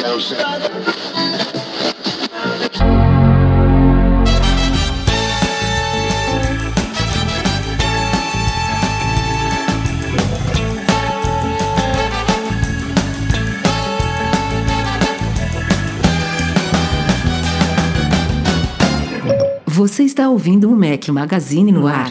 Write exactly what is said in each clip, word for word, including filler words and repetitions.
Você está ouvindo o Mac Magazine no ar.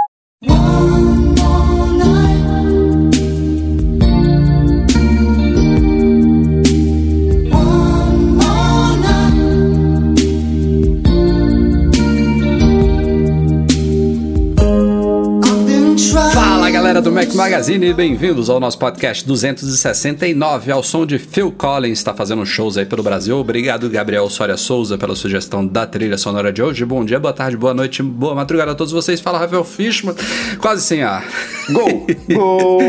Galera do Mac Magazine, bem-vindos ao nosso podcast duzentos e sessenta e nove, ao som de Phil Collins, está fazendo shows aí pelo Brasil. Obrigado, Gabriel Soria Souza, pela sugestão da trilha sonora de hoje. Bom dia, boa tarde, boa noite, boa madrugada a todos vocês. Fala, Rafael Fishman, quase sem ar. Gol! Gol!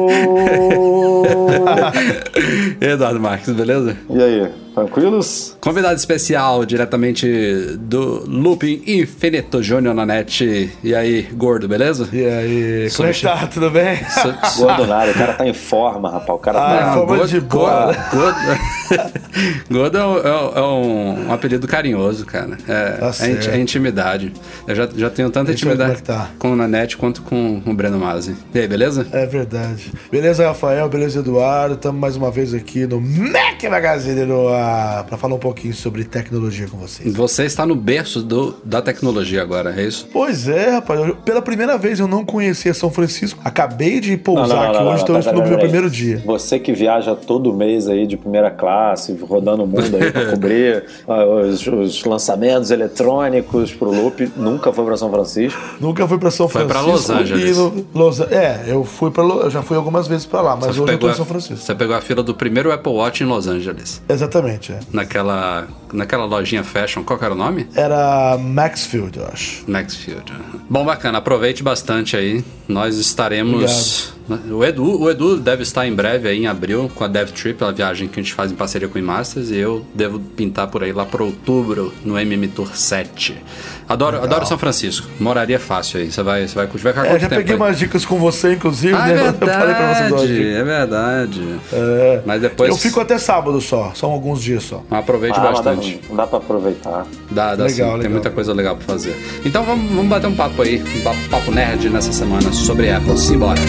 Eduardo Marques, beleza? E aí, tranquilos? Convidado especial, diretamente do Looping Infinito, Júnior na net. E aí, gordo, beleza? E aí, como é que tá? Tudo bem? So, gordo nada, o cara tá em forma, rapaz. O cara ah, tá em forma gordo, de boa. Gordo, gordo é, um, é, um, um apelido carinhoso, cara. É, tá é, é intimidade. Eu já, já tenho tanta Deixa intimidade tá. com o Nanete quanto com o Breno Masi. E aí, beleza? É verdade. Beleza, Rafael? Beleza, Eduardo? Estamos mais uma vez aqui no Mac Magazine no ar pra falar um pouquinho sobre tecnologia com vocês. Você está no berço do, da tecnologia agora, é isso? Pois é, rapaz. Eu, pela primeira vez eu não conhecia São Francisco. Acabei de pousar não, não, aqui não, hoje, então estou no meu primeiro dia. Você que viaja todo mês aí de primeira classe, rodando o mundo aí pra cobrir os, os lançamentos eletrônicos pro Loop, nunca foi pra São Francisco? Nunca fui pra São foi Francisco. Foi pra Los Angeles. No, Los, é, eu fui pra eu já fui algumas vezes pra lá, mas você hoje eu tô em São a, Francisco. Você pegou a fila do primeiro Apple Watch em Los Angeles. Exatamente, é. Naquela, naquela lojinha fashion, qual que era o nome? Era Maxfield, eu acho. Maxfield. Bom, bacana, aproveite bastante aí. Nós estaremos... O Edu, o Edu deve estar em breve aí em abril com a Dev Trip, a viagem que a gente faz em parceria com o iMasters, e eu devo pintar por aí lá para outubro no M M Tour sete. Adoro, adoro São Francisco, moraria fácil aí, você vai, você vai curtir. Vai ficar é, quanto já tempo peguei aí? umas dicas com você, inclusive, ah, né? É verdade, eu falei pra você duas dicas. É verdade. É. Mas depois... Eu fico até sábado só, são alguns dias só. Aproveite ah, bastante. Dá, dá pra aproveitar. Dá, dá legal, sim, legal. Tem muita coisa legal pra fazer. Então vamos, vamos bater um papo aí, um papo nerd nessa semana sobre Apple. Simbora!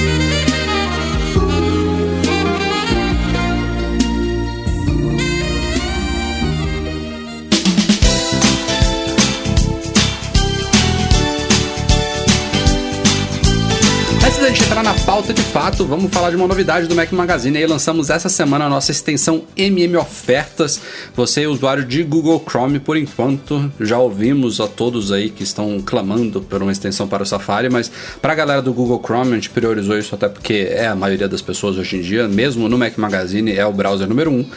Antes da gente entrar na pauta de fato, vamos falar de uma novidade do Mac Magazine. Aí lançamos essa semana a nossa extensão M M Ofertas. Você é usuário de Google Chrome por enquanto. Já ouvimos a todos aí que estão clamando por uma extensão para o Safari, mas para a galera do Google Chrome a gente priorizou isso até porque é a maioria das pessoas hoje em dia, mesmo no Mac Magazine é o browser número um.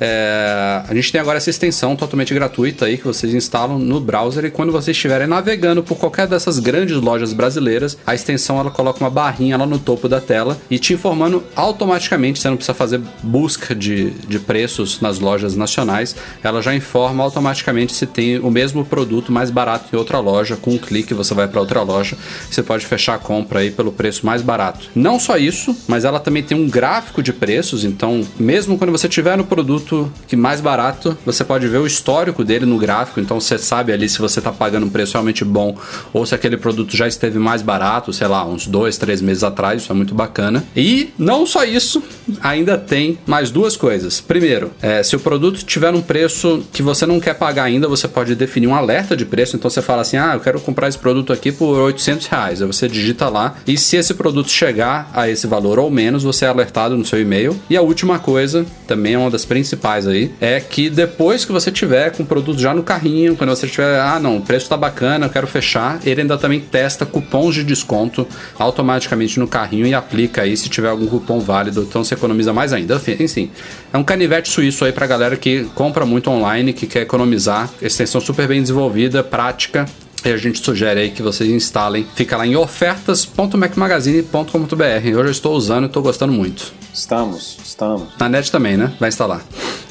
É... A gente tem agora essa extensão totalmente gratuita aí que vocês instalam no browser, e quando vocês estiverem navegando por qualquer dessas grandes lojas brasileiras, a extensão ela coloca uma barrinha lá no topo da tela e te informando automaticamente, você não precisa fazer busca de, de preços nas lojas nacionais, ela já informa automaticamente se tem o mesmo produto mais barato em outra loja. Com um clique você vai para outra loja, você pode fechar a compra aí pelo preço mais barato. Não só isso, mas ela também tem um gráfico de preços, então mesmo quando você tiver no produto que mais barato, você pode ver o histórico dele no gráfico, então você sabe ali se você está pagando um preço realmente bom ou se aquele produto já esteve mais barato, sei lá, uns dois, três meses atrás. Isso é muito bacana. E não só isso, ainda tem mais duas coisas. Primeiro, é, se o produto tiver um preço que você não quer pagar ainda, você pode definir um alerta de preço. Então você fala assim, ah, eu quero comprar esse produto aqui por oitocentos reais. Aí você digita lá, e se esse produto chegar a esse valor ou menos, você é alertado no seu e-mail. E a última coisa, também é uma das principais aí, é que depois que você tiver com o produto já no carrinho, quando você tiver, ah não, o preço tá bacana, eu quero fechar, ele ainda também testa cupons de desconto automaticamente no carrinho e aplica aí se tiver algum cupom válido, então você economiza mais ainda. Enfim, é um canivete suíço aí pra galera que compra muito online, que quer economizar. Extensão super bem desenvolvida, prática, e a gente sugere aí que vocês instalem. Fica lá em ofertas ponto mac magazine ponto com ponto b r. Hoje eu estou usando e estou gostando muito. Estamos, estamos. Na net também, né? Vai instalar.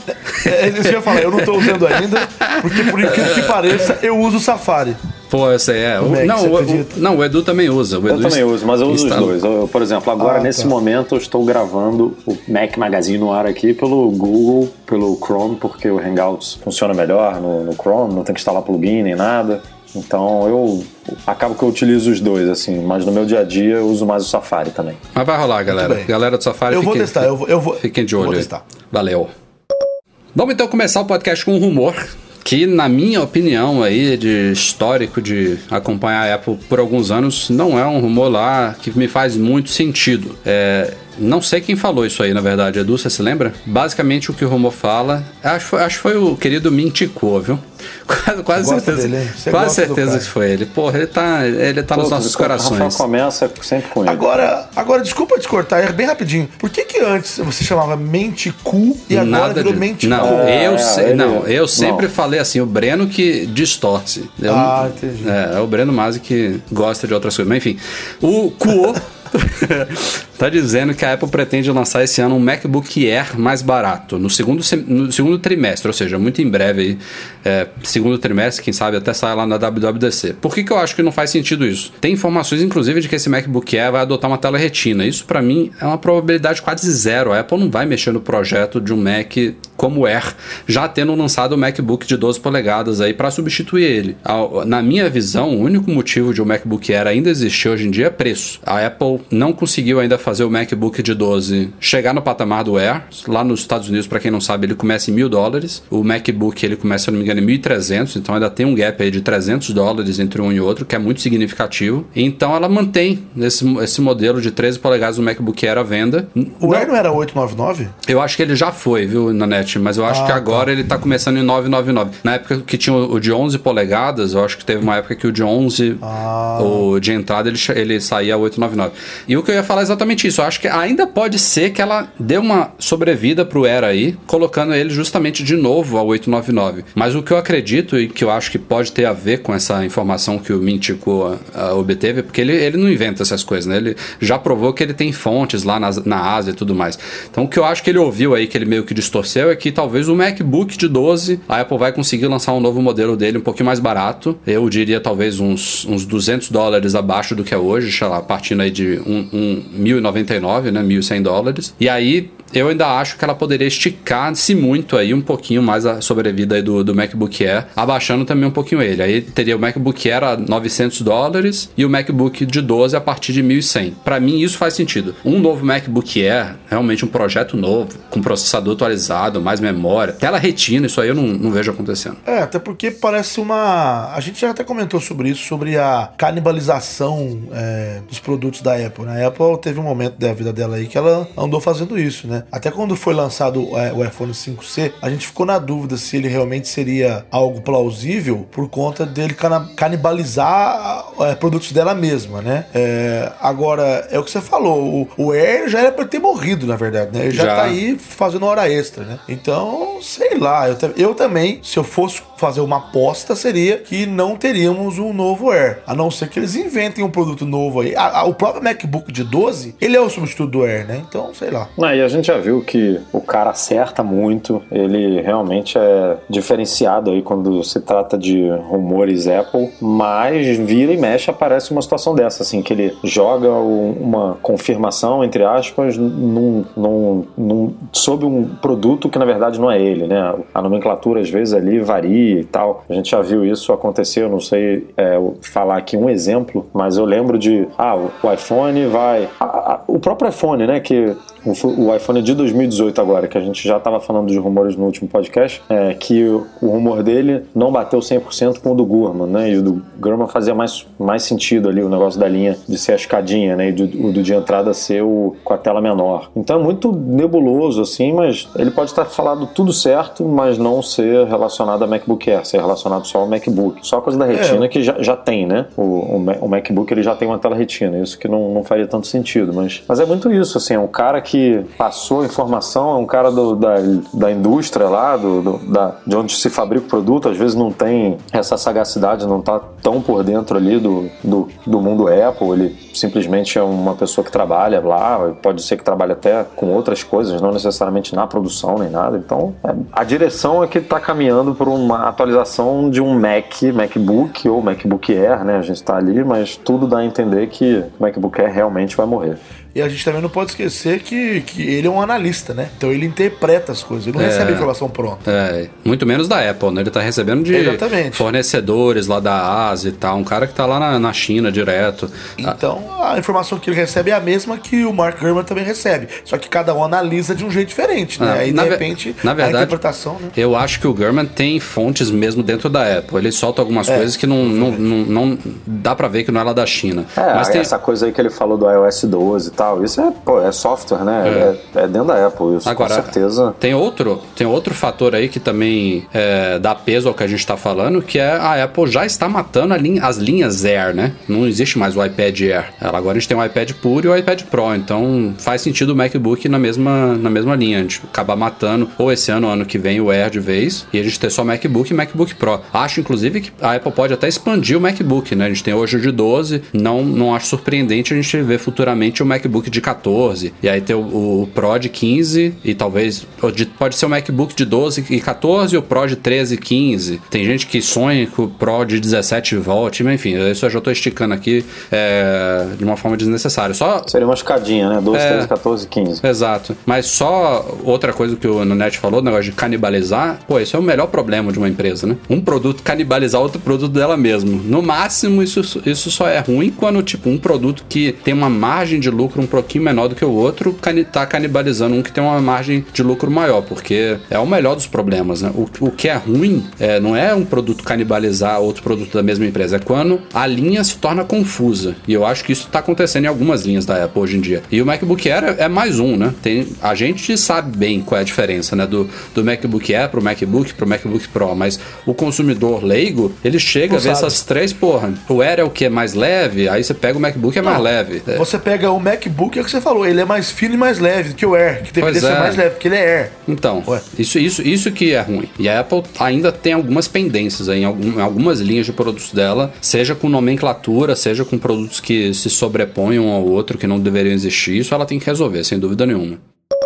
É, isso que eu ia falar, eu não tô usando ainda, porque por incrível que pareça, eu uso o Safari. Pô, eu sei, é. O, Mac, não, o, o, não, o Edu também usa. O eu Edu também uso, mas eu uso instala. os dois. Eu, por exemplo, agora, ah, nesse tá. momento, eu estou gravando o Mac Magazine no ar aqui pelo Google, pelo Chrome, porque o Hangouts funciona melhor no, no Chrome, não tem que instalar plugin nem nada. Então, eu acabo que eu utilizo os dois, assim, mas no meu dia a dia eu uso mais o Safari também. Mas vai rolar, galera. Galera do Safari, eu fiquem, vou testar, eu vou, eu vou, fiquem de olho. Eu vou aí. testar. Valeu. Vamos então começar o podcast com um rumor que, na minha opinião aí, de histórico de acompanhar a Apple por alguns anos, não é um rumor lá que me faz muito sentido. É... Não sei quem falou isso aí, na verdade. Edu, você se lembra? Basicamente o que o rumor fala, acho, foi, acho que foi o querido Mintico, viu? Quase, quase certeza, dele, quase certeza que foi ele. Porra, ele tá, ele tá Pô, nos nossos corações. O Rafael começa sempre com ele. Agora, agora desculpa te cortar, é bem rapidinho. Por que que antes você chamava Menticu e agora Nada virou de... Mentico? Não, é, eu, é, se... ele... não, eu sempre não. falei assim, o Breno que distorce. Eu... Ah, entendi. É, é o Breno Masi que gosta de outras coisas. Mas enfim, o Kuo tá dizendo que a Apple pretende lançar esse ano um MacBook Air mais barato, no segundo, no segundo trimestre, ou seja, muito em breve aí, é, segundo trimestre, quem sabe até sai lá na W W D C. Por que que eu acho que não faz sentido isso? Tem informações, inclusive, de que esse MacBook Air vai adotar uma tela retina. Isso, pra mim, é uma probabilidade quase zero. A Apple não vai mexer no projeto de um Mac como o Air, já tendo lançado o MacBook de doze polegadas aí para substituir ele. Na minha visão, o único motivo de o MacBook Air ainda existir hoje em dia é preço. A Apple não conseguiu ainda fazer o MacBook de doze chegar no patamar do Air. Lá nos Estados Unidos, para quem não sabe, ele começa em mil dólares. O MacBook, ele começa, se eu não me engano, em mil e trezentos, então ainda tem um gap aí de trezentos dólares entre um e outro, que é muito significativo. Então ela mantém esse, esse modelo de treze polegadas do MacBook Air à venda. O não, Air não era oitocentos e noventa e nove? Eu acho que ele já foi, viu, Nanete? Mas eu acho ah, que agora tá. ele tá começando em novecentos e noventa e nove. Na época que tinha o de onze polegadas, eu acho que teve uma época que o de onze, ah. o de entrada, ele, ele saía a oitocentos e noventa e nove. E o que eu ia falar é exatamente isso. Eu acho que ainda pode ser que ela dê uma sobrevida pro Air aí, colocando ele justamente de novo a oitocentos e noventa e nove. Mas o que eu acredito e que eu acho que pode ter a ver com essa informação que o Mintico uh, obteve, porque ele, ele não inventa essas coisas, né? Ele já provou que ele tem fontes lá na, na Ásia e tudo mais. Então o que eu acho que ele ouviu aí, que ele meio que distorceu, é que talvez o MacBook de doze, a Apple vai conseguir lançar um novo modelo dele um pouquinho mais barato. Eu diria talvez uns, uns duzentos dólares abaixo do que é hoje, sei lá, partindo aí de um, um mil e noventa e nove, né? mil e cem dólares. E aí eu ainda acho que ela poderia esticar-se muito aí um pouquinho mais a sobrevida aí do, do MacBook Air, abaixando também um pouquinho ele. Aí teria o MacBook Air a novecentos dólares e o MacBook de doze a partir de mil e cem. Para mim isso faz sentido. Um novo MacBook Air, realmente um projeto novo, com processador atualizado, mais memória, tela retina, isso aí eu não, não vejo acontecendo. É, até porque parece uma... A gente já até comentou sobre isso, sobre a canibalização é, dos produtos da Apple, né? A Apple teve um momento da vida dela aí que ela andou fazendo isso, né? Até quando foi lançado é, o iPhone cinco C, a gente ficou na dúvida se ele realmente seria algo plausível por conta dele cana- canibalizar é, produtos dela mesma, né? É, agora, é o que você falou, o, o Air já era pra ter morrido, na verdade, né? Ele já, já tá aí fazendo hora extra, né? Então, sei lá, eu, eu também, se eu fosse fazer uma aposta, seria que não teríamos um novo Air, a não ser que eles inventem um produto novo aí. A, a, o próprio MacBook de doze, ele é o substituto do Air, né? Então, sei lá. Ah, e a gente já viu que o cara acerta muito, ele realmente é diferenciado aí quando se trata de rumores Apple, mas vira e mexe aparece uma situação dessa, assim, que ele joga uma confirmação, entre aspas, num, num, num, sobre um produto que na verdade não é ele, né? A nomenclatura às vezes ali varia e tal. A gente já viu isso acontecer, eu não sei é, falar aqui um exemplo, mas eu lembro de, ah, o iPhone vai... A, a, o próprio iPhone, né, que o, o iPhone de dois mil e dezoito agora, que a gente já estava falando de rumores no último podcast, é, que o, o rumor dele não bateu cem por cento com o do Gurman, né, e o do Gurman fazia mais, mais sentido ali, o negócio da linha de ser a escadinha, né, e do, o do de entrada ser o, com a tela menor. Então é muito nebuloso, assim, mas ele pode estar falando tudo certo, mas não ser relacionado a MacBook Air, ser relacionado só ao MacBook. Só a coisa da retina é. que já, já tem, né, o, o, o MacBook ele já tem uma tela retina, isso que não, não faria tanto sentido, mas, mas é muito isso, assim, é um cara que que passou a informação, é um cara do, da, da indústria lá, do, do, da, de onde se fabrica o produto, às vezes não tem essa sagacidade, não está tão tão por dentro ali do, do, do mundo Apple, ele simplesmente é uma pessoa que trabalha lá, pode ser que trabalhe até com outras coisas, não necessariamente na produção nem nada. Então, é, a direção é que está caminhando por uma atualização de um Mac, MacBook ou MacBook Air, né? A gente está ali, mas tudo dá a entender que o MacBook Air realmente vai morrer. E a gente também não pode esquecer que, que ele é um analista, né? Então ele interpreta as coisas, ele não é, recebe a informação pronta. É, muito menos da Apple, né? Ele tá recebendo de Exatamente. fornecedores lá da Ásia e tal, um cara que tá lá na, na China direto. Então a informação que ele recebe é a mesma que o Mark Gurman também recebe, só que cada um analisa de um jeito diferente, né? É, Aí de repente na verdade, a interpretação, né? Eu acho que o Gurman tem fontes mesmo dentro da Apple, ele solta algumas é, coisas que não, não, não, não dá pra ver que não é lá da China. É, Mas tem... essa coisa aí que ele falou do iOS doze e tal, isso é, pô, é software, né? É. É, é dentro da Apple, isso. Agora, com certeza. Tem outro, tem outro fator aí que também é, dá peso ao que a gente tá falando, que é a Apple já está matando a linha, as linhas Air, né? Não existe mais o iPad Air. Agora a gente tem o iPad Puro e o iPad Pro, então faz sentido o MacBook na mesma, na mesma linha. A gente acabar matando ou esse ano ou ano que vem o Air de vez e a gente ter só MacBook e MacBook Pro. Acho, inclusive, que a Apple pode até expandir o MacBook, né? A gente tem hoje o de doze, não, não acho surpreendente a gente ver futuramente o MacBook de catorze, e aí ter o, o Pro de quinze, e talvez pode ser o MacBook de doze e catorze e o Pro de treze e quinze. Tem gente que sonha com o Pro de dezessete volt, mas enfim, isso eu já tô esticando aqui é, de uma forma desnecessária. Só... Seria uma escadinha, né? doze, é, treze, catorze, quinze. Exato. Mas só outra coisa que o Nunet falou, o negócio de canibalizar, pô, isso é o melhor problema de uma empresa, né? Um produto canibalizar outro produto dela mesmo. No máximo, isso, isso só é ruim quando, tipo, um produto que tem uma margem de lucro um pouquinho menor do que o outro tá canibalizando um que tem uma margem de lucro maior, porque é o melhor dos problemas, né? O, o que é ruim é, não é um produto canibalizar outro produto da mesma empresa, é quando a linha se torna confusa. E eu acho que isso tá acontecendo em algumas linhas da Apple hoje em dia. E o MacBook Air é, é mais um, né? Tem, a gente sabe bem qual é a diferença, né? Do, do MacBook Air pro MacBook pro MacBook Pro, mas o consumidor leigo, ele chega não a ver sabe. essas três, porra, o Air é o que é mais leve, aí você pega o MacBook é não, mais leve. É. Você pega o MacBook, é o que você falou, ele é mais fino e mais leve do que o Air, que deveria ser mais leve, porque ele é Air. Então, isso, isso, isso que é ruim. E a Apple ainda tem algumas pendências aí, em, algum, em algumas linhas de produtos dela, seja com nomenclatura, seja com produtos que se sobreponham um ao outro, que não deveriam existir, isso ela tem que resolver, sem dúvida nenhuma.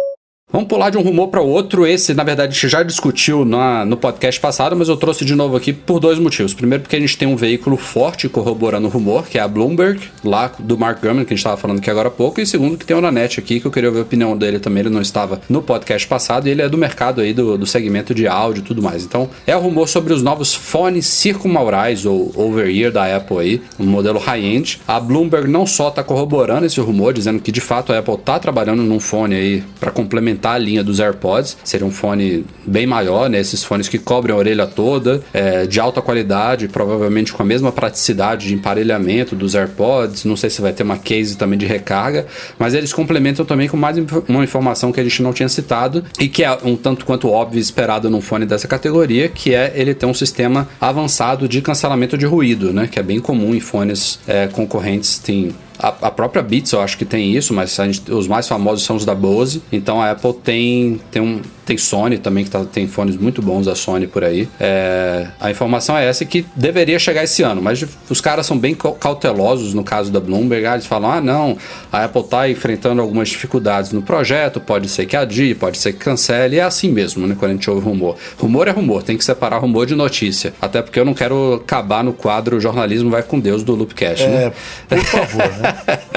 Vamos pular de um rumor para o outro. Esse, na verdade, a gente já discutiu na, no podcast passado, mas eu trouxe de novo aqui por dois motivos. Primeiro, porque a gente tem um veículo forte corroborando o rumor, que é a Bloomberg, lá do Mark Gurman, que a gente estava falando aqui agora há pouco. E segundo, que tem o Nanete aqui, que eu queria ver a opinião dele também. Ele não estava no podcast passado e ele é do mercado aí, do, do segmento de áudio e tudo mais. Então, é o rumor sobre os novos fones circunmaurais, ou over-ear da Apple aí, um modelo high-end. A Bloomberg não só está corroborando esse rumor, dizendo que de fato a Apple está trabalhando num fone aí para complementar a linha dos AirPods, seria um fone bem maior, né? Esses fones que cobrem a orelha toda, é, de alta qualidade, provavelmente com a mesma praticidade de emparelhamento dos AirPods, não sei se vai ter uma case também de recarga, mas eles complementam também com mais uma informação que a gente não tinha citado e que é um tanto quanto óbvio esperado num fone dessa categoria, que é ele ter um sistema avançado de cancelamento de ruído, né? Que é bem comum em fones é, concorrentes, tem... A, a própria Beats eu acho que tem isso, mas a gente, os mais famosos são os da Bose. Então a Apple tem, tem, um, tem Sony também, que tá, tem fones muito bons da Sony por aí. É, a informação é essa, que deveria chegar esse ano, mas os caras são bem cautelosos no caso da Bloomberg. Eles falam, ah não, a Apple tá enfrentando algumas dificuldades no projeto, pode ser que adie, pode ser que cancele, e é assim mesmo, né, quando a gente ouve rumor. Rumor é rumor, tem que separar rumor de notícia, até porque eu não quero acabar no quadro Jornalismo Vai com Deus do Loopcast, é, né? Por favor, né?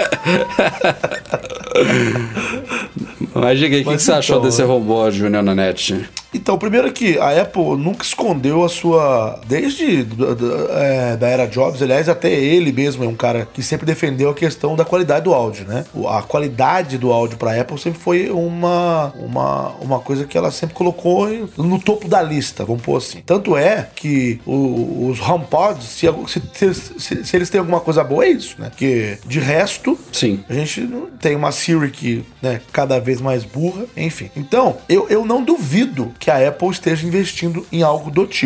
Mas diga aí, o que, que você então, achou desse rumor, Júnior Nanete? Então, primeiro que a Apple nunca escondeu a sua... Desde é, da era Jobs, aliás, até ele mesmo é um cara que sempre defendeu a questão da qualidade do áudio, né? A qualidade do áudio para a Apple sempre foi uma, uma, uma coisa que ela sempre colocou no topo da lista, vamos pôr assim. Tanto é que o, os HomePods, se, se, se, se eles têm alguma coisa boa, é isso, né? Porque de resto, sim, a gente tem uma Siri que, né, cada vez mais burra, enfim. Então, eu, eu não duvido que a Apple esteja investindo em algo do tipo.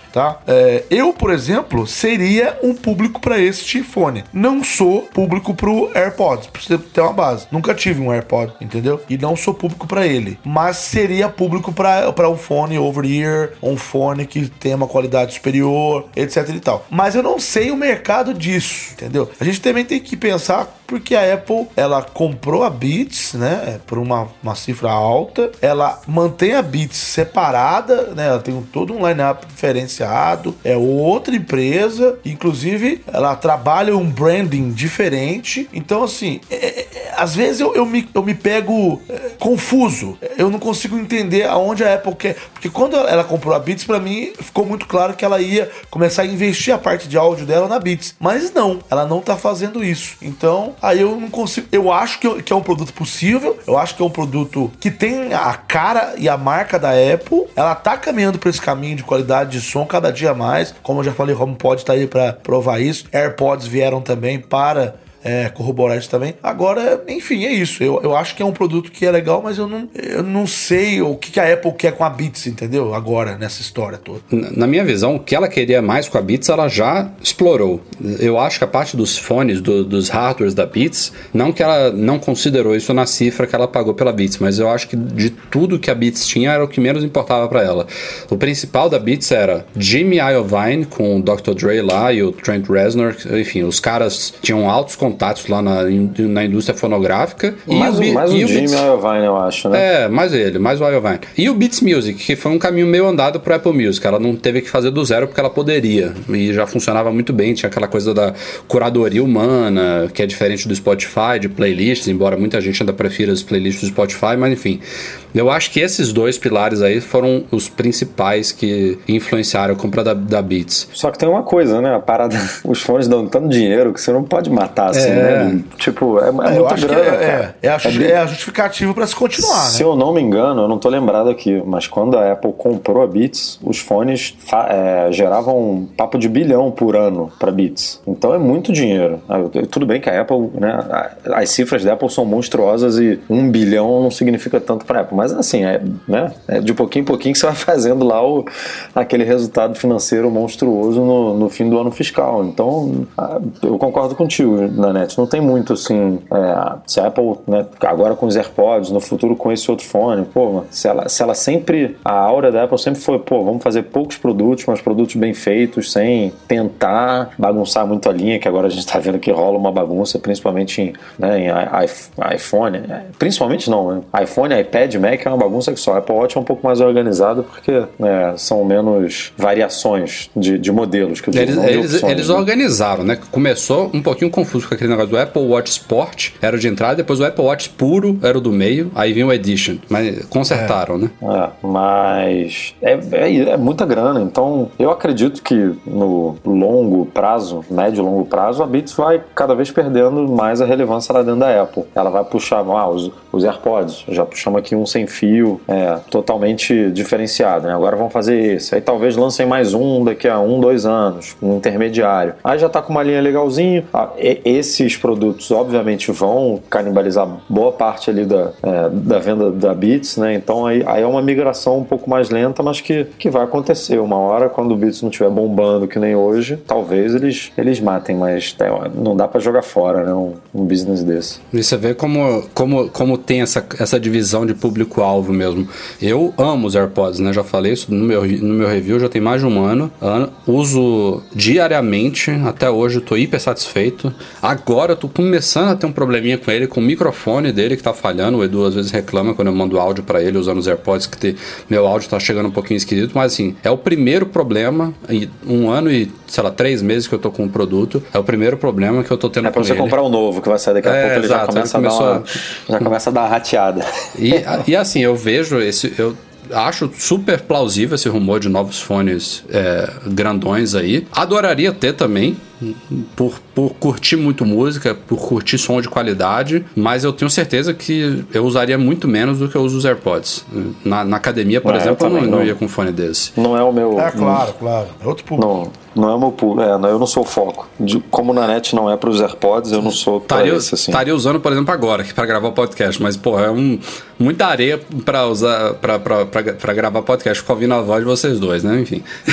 tá? É, eu, por exemplo, seria um público para este fone. Não sou público pro AirPods, pra você ter uma base. Nunca tive um AirPod, entendeu? E não sou público para ele. Mas seria público para um fone over-ear, um fone que tem uma qualidade superior, etc e tal. Mas eu não sei o mercado disso, entendeu? A gente também tem que pensar porque a Apple, ela comprou a Beats, né, por uma, uma cifra alta, ela mantém a Beats separada, né, ela tem um, todo um line-up diferenciado, é outra empresa, inclusive ela trabalha um branding diferente, então assim, é, é, às vezes eu, eu, me, eu me pego é, confuso, eu não consigo entender aonde a Apple quer, porque quando ela comprou a Beats, pra mim, ficou muito claro que ela ia começar a investir a parte de áudio dela na Beats, mas não, ela não tá fazendo isso, então aí eu não consigo, eu acho que, que é um produto possível, eu acho que é um produto que tem a cara e a marca da Apple, ela tá caminhando para esse caminho de qualidade de som cada dia mais, como eu já falei, o HomePod tá aí para provar isso, AirPods vieram também para É, corroborar isso também. Agora, enfim, é isso. Eu, eu acho que é um produto que é legal, mas eu não, eu não sei o que, que a Apple quer com a Beats, entendeu? Agora, nessa história toda. Na minha visão, o que ela queria mais com a Beats, ela já explorou. Eu acho que a parte dos fones, do, dos hardwares da Beats, não que ela não considerou isso na cifra que ela pagou pela Beats, mas eu acho que de tudo que a Beats tinha, era o que menos importava para ela. O principal da Beats era Jimmy Iovine, com o doutor Dre lá e o Trent Reznor, enfim, os caras tinham altos contatos lá na, na indústria fonográfica. Mais e o, mais e o Jimmy Beats, Iovine, eu acho, né? É, mais ele, mais o Iovine. E o Beats Music, que foi um caminho meio andado pro Apple Music. Ela não teve que fazer do zero porque ela poderia. E já funcionava muito bem. Tinha aquela coisa da curadoria humana, que é diferente do Spotify, de playlists, embora muita gente ainda prefira as playlists do Spotify, mas enfim. Eu acho que esses dois pilares aí foram os principais que influenciaram a compra da, da Beats. Só que tem uma coisa, né? A parada, os fones dão tanto dinheiro que você não pode matar assim, é. né? Tipo, é, é, é eu acho grana, que é, cara. É, é, a, é, é a justificativa para se continuar, Se né? eu não me engano, eu não tô lembrado aqui, mas quando a Apple comprou a Beats, os fones é, geravam um papo de bilhão por ano para Beats. Então é muito dinheiro. Tudo bem que a Apple, né? As cifras da Apple são monstruosas e um bilhão não significa tanto para a Apple, mas assim, é, né? É de pouquinho em pouquinho que você vai fazendo lá o, aquele resultado financeiro monstruoso no, no fim do ano fiscal. Então, eu concordo contigo, Nanete. Não tem muito assim, é, se a Apple, né, agora com os AirPods, no futuro com esse outro fone, pô, se ela, se ela sempre, a aura da Apple sempre foi, pô, vamos fazer poucos produtos, mas produtos bem feitos, sem tentar bagunçar muito a linha, que agora a gente tá vendo que rola uma bagunça, principalmente em, né, em iPhone, principalmente não, né? iPhone, iPad, Mac é uma bagunça que só. A Apple Watch é um pouco mais organizado porque, né, são menos variações de, de modelos que eu digo, eles, não de eles, opções, eles né? organizaram, né? Começou um pouquinho confuso com aquele negócio do Apple Watch Sport, era o de entrada, depois o Apple Watch puro era o do meio, aí vinha o Edition, mas consertaram, é. né? É, mas é, é, é muita grana, então eu acredito que no longo prazo, médio e longo prazo, a Beats vai cada vez perdendo mais a relevância lá dentro da Apple. Ela vai puxar ah, os, os AirPods, já puxamos aqui um sem fio, é, totalmente diferenciado, né? Agora vamos fazer esse, aí talvez lancem mais um daqui a um, dois anos, um intermediário. Aí já tá com uma linha legalzinho. Ah, e, esses produtos obviamente vão canibalizar boa parte ali da, é, da venda da Beats, né? Então aí, aí é uma migração um pouco mais lenta, mas que, que vai acontecer. Uma hora, quando o Beats não estiver bombando que nem hoje, talvez eles, eles matem, mas é, não dá pra jogar fora, né? Um, um business desse. E você vê como, como, como tem essa, essa divisão de público-alvo mesmo. Eu amo os AirPods, né? Já falei isso no meu, no meu review, já tem mais de um ano. ano. Uso diariamente, até hoje eu tô hiper satisfeito. Agora eu tô começando a ter um probleminha com ele, com o microfone dele que tá falhando. O Edu às vezes reclama quando eu mando áudio pra ele usando os AirPods, que te, meu áudio tá chegando um pouquinho esquisito, mas assim, é o primeiro problema, e um ano e, sei lá, três meses que eu tô com o produto, é o primeiro problema que eu tô tendo é com ele. É pra você comprar um novo, que vai sair daqui a é, pouco, ele exato, já começa, ele a, começou... dar uma, já começa a dar uma rateada. E, e assim, eu vejo esse... Eu, acho super plausível esse rumor de novos fones é, grandões aí. Adoraria ter também, por, por curtir muito música, por curtir som de qualidade, mas eu tenho certeza que eu usaria muito menos do que eu uso os AirPods. Na, na academia, por é, exemplo, eu, eu não, não ia com um fone desse. Não é o meu... É, claro, não, claro. É outro público. Não, não é o meu público. É, eu não sou o foco. De, como na net não é para os AirPods, eu não sou pra taria, esse, assim. Estaria usando, por exemplo, agora, para gravar o podcast, mas, pô, é um, muita areia para usar, para gravar podcast, ficar ouvindo a voz de vocês dois, né? Enfim...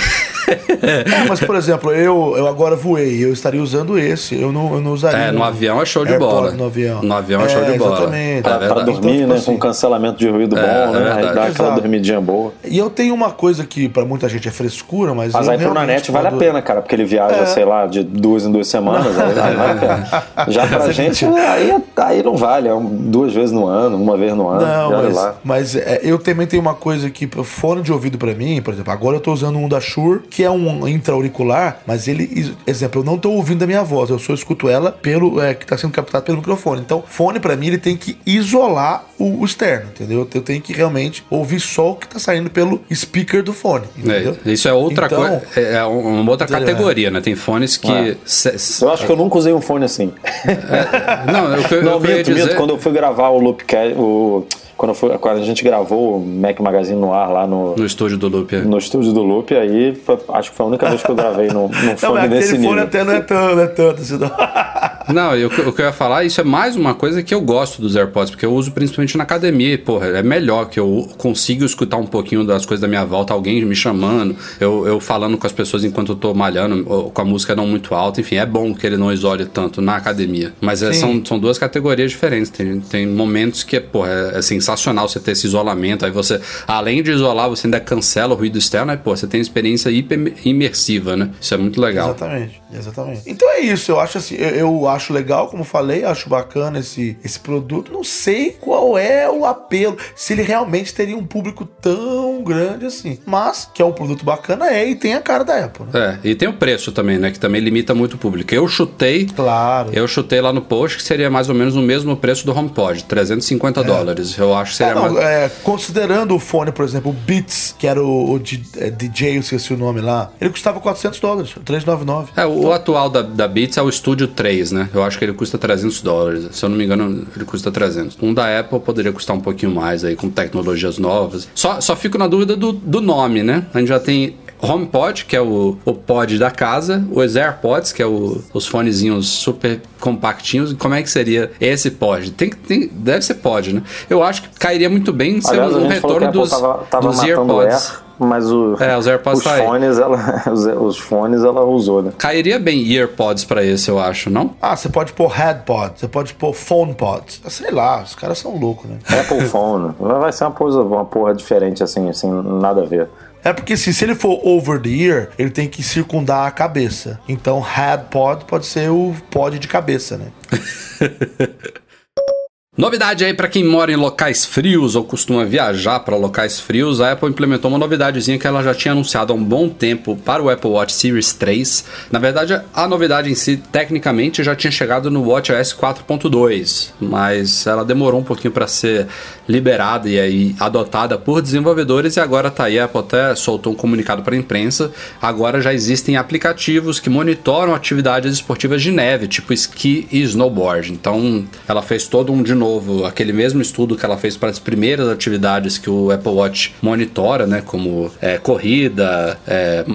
É, mas por exemplo, eu, eu agora voei, eu estaria usando esse, eu não, eu não usaria. É, no um avião é show de AirPod bola. No avião, no avião é, é show de bola. Exatamente. É pra, pra dormir, então, tipo né? assim, com cancelamento de ruído é, bom, é né? verdade. Aí dá aquela Exato. dormidinha boa. E eu tenho uma coisa que pra muita gente é frescura, mas. Mas eu aí pro realmente, Nanete vale quando... a pena, cara, porque ele viaja, É. sei lá, de duas em duas semanas. Aí vale a pena. Já pra gente, aí, aí não vale. É um, duas vezes no ano, uma vez no ano. Não, olha mas, lá. mas é, eu também tenho uma coisa que fone de ouvido pra mim, por exemplo, agora eu tô usando um da Shure, que é um intra-auricular, mas ele, exemplo, eu não tô ouvindo a minha voz, eu só escuto ela pelo, é, que tá sendo captado pelo microfone. Então, fone pra mim, ele tem que isolar o, o externo, entendeu? Eu tenho que realmente ouvir só o que tá saindo pelo speaker do fone, entendeu? É, isso é outra Então, coisa, é uma outra é. categoria, né? Tem fones que... É. Se, se, Eu acho que eu nunca usei um fone assim. é, não, eu, eu, Não, eu queria minto, dizer... minto. Quando eu fui gravar o Loopcast, o... Quando, eu fui, quando a gente gravou o Mac Magazine no ar lá no... No estúdio do Loop. É. No estúdio do Loop, aí foi, acho que foi a única vez que eu gravei num, num fone não, desse aquele nível. fone até não é tanto, não é tanto assim, não. Não, eu, o que eu ia falar, isso é mais uma coisa que eu gosto dos AirPods, porque eu uso principalmente na academia, e, porra, é melhor que eu consigo escutar um pouquinho das coisas da minha volta, alguém me chamando, eu, eu falando com as pessoas enquanto eu tô malhando, ou com a música não muito alta, enfim, é bom que ele não isole tanto na academia. Mas é, são, são duas categorias diferentes, tem, tem momentos que, porra, é, é sensacional você ter esse isolamento, aí você, além de isolar, você ainda cancela o ruído externo, aí, pô, você tem experiência hiper imersiva, né? Isso é muito legal. Exatamente, exatamente. Então é isso, eu acho assim, eu, eu acho legal, como falei, acho bacana esse, esse produto, não sei qual é o apelo, se ele realmente teria um público tão grande assim, mas que é um produto bacana é, e tem a cara da Apple, né? É, e tem o preço também, né, que também limita muito o público. Eu chutei, Claro. eu chutei lá no post que seria mais ou menos o mesmo preço do HomePod, trezentos e cinquenta dólares. Eu acho que seria Ah, não, mais... é, considerando o fone, por exemplo, o Beats, que era o, o D, é, D J, eu esqueci o nome lá, ele custava quatrocentos dólares, trezentos e noventa e nove. É, o, o atual da, da Beats é o Studio três, né? Eu acho que ele custa trezentos dólares. Se eu não me engano, ele custa trezentos. Um da Apple poderia custar um pouquinho mais aí, com tecnologias novas. Só, só fico na dúvida do, do nome, né? A gente já tem HomePod, que é o, o pod da casa, os AirPods, que é o, os fonezinhos super compactinhos. Como é que seria esse pod? Tem, tem, deve ser pod, né? Eu acho que cairia muito bem ser Aliás, um, a um gente falou que a retorno Apple dos, tava, tava dos matando AirPods. Air, mas o, É, os AirPods os, tá aí. fones, ela, os, os fones ela usou, né? Cairia bem AirPods pra esse, eu acho, não? Ah, você pode pôr HeadPod, você pode pôr PhonePod. Sei lá, os caras são loucos, né? Apple Phone. Vai ser uma, coisa, uma porra diferente, assim, assim, nada a ver. É porque se, se ele for over the ear, ele tem que circundar a cabeça. Então, HeadPod pode ser o pod de cabeça, né? Novidade aí para quem mora em locais frios ou costuma viajar para locais frios, a Apple implementou uma novidadezinha que ela já tinha anunciado há um bom tempo para o Apple Watch Series três. Na verdade, a novidade em si, tecnicamente, já tinha chegado no WatchOS quatro ponto dois, mas ela demorou um pouquinho para ser liberada e aí adotada por desenvolvedores, e agora tá aí, a Apple até soltou um comunicado para a imprensa. Agora já existem aplicativos que monitoram atividades esportivas de neve, tipo esqui e snowboard. Então, ela fez todo um de novo, aquele mesmo estudo que ela fez para as primeiras atividades que o Apple Watch monitora, né, como é, corrida, é,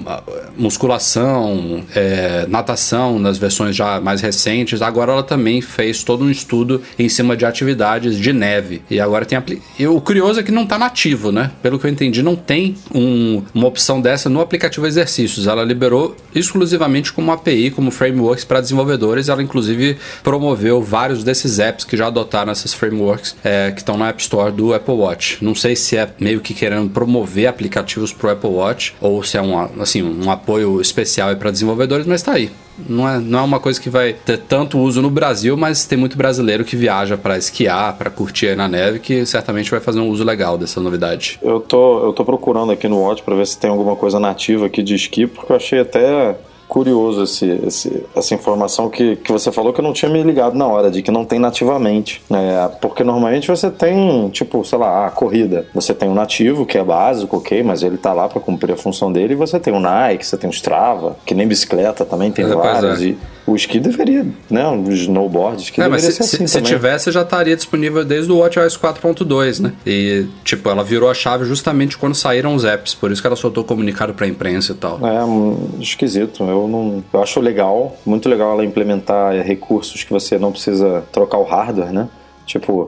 musculação, é, natação, nas versões já mais recentes. Agora ela também fez todo um estudo em cima de atividades de neve. E agora tem apli... e o curioso é que não está nativo, né? Pelo que eu entendi, não tem um, uma opção dessa no aplicativo Exercícios. Ela liberou exclusivamente como A P I, como frameworks para desenvolvedores. Ela inclusive promoveu vários desses apps que já adotaram essas frameworks é, que estão na App Store do Apple Watch. Não sei se é meio que querendo promover aplicativos para o Apple Watch ou se é um, assim, um apoio especial para desenvolvedores, mas está aí. Não é, não é uma coisa que vai ter tanto uso no Brasil, mas tem muito brasileiro que viaja para esquiar, para curtir aí na neve, que certamente vai fazer um uso legal dessa novidade. Eu tô, eu tô procurando aqui no Watch para ver se tem alguma coisa nativa aqui de esqui, porque eu achei até curioso esse, esse, essa informação que, que você falou, que eu não tinha me ligado na hora, de que não tem nativamente, né? Porque normalmente você tem, tipo, sei lá, a corrida, você tem um nativo que é básico, ok, mas ele tá lá para cumprir a função dele, e você tem o Nike, você tem o Strava, que nem bicicleta também tem é, vários, é. E o esqui deveria, né, o snowboard, esqui é, deveria mas ser se, assim se também. tivesse, já estaria disponível desde o WatchOS quatro ponto dois, né? E, tipo, ela virou a chave justamente quando saíram os apps, por isso que ela soltou comunicado pra imprensa e tal. É, esquisito, eu não... Eu acho legal, muito legal ela implementar recursos que você não precisa trocar o hardware, né? Tipo,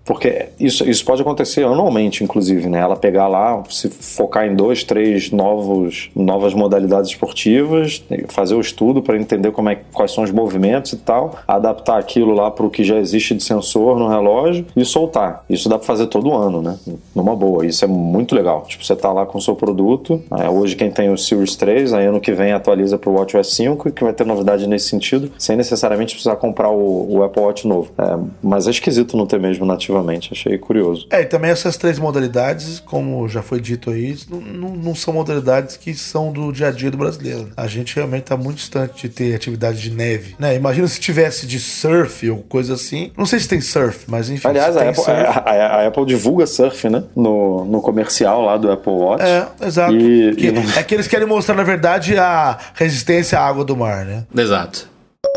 Porque isso, isso pode acontecer anualmente, inclusive, né? Ela pegar lá, se focar em dois, três novos, novas modalidades esportivas, fazer o estudo para entender como é, quais são os movimentos e tal, adaptar aquilo lá para o que já existe de sensor no relógio e soltar. Isso dá para fazer todo ano, né? Numa boa. Isso é muito legal. Tipo, você tá lá com o seu produto, é, hoje quem tem o Series três, aí ano que vem atualiza para o WatchOS cinco, que vai ter novidade nesse sentido, sem necessariamente precisar comprar o, o Apple Watch novo. É, mas é esquisito não ter mesmo nativamente, achei curioso. É, e também essas três modalidades, como já foi dito aí, não, não, não são modalidades que são do dia a dia do brasileiro. A gente realmente tá muito distante de ter atividade de neve, né? Imagina se tivesse de surf ou coisa assim. Não sei se tem surf, mas enfim. Aliás, a Apple, surf... a, a, a Apple divulga surf, né? No, no comercial lá do Apple Watch. É, exato. E, que, e não... É que eles querem mostrar, na verdade, a resistência à água do mar, né? Exato.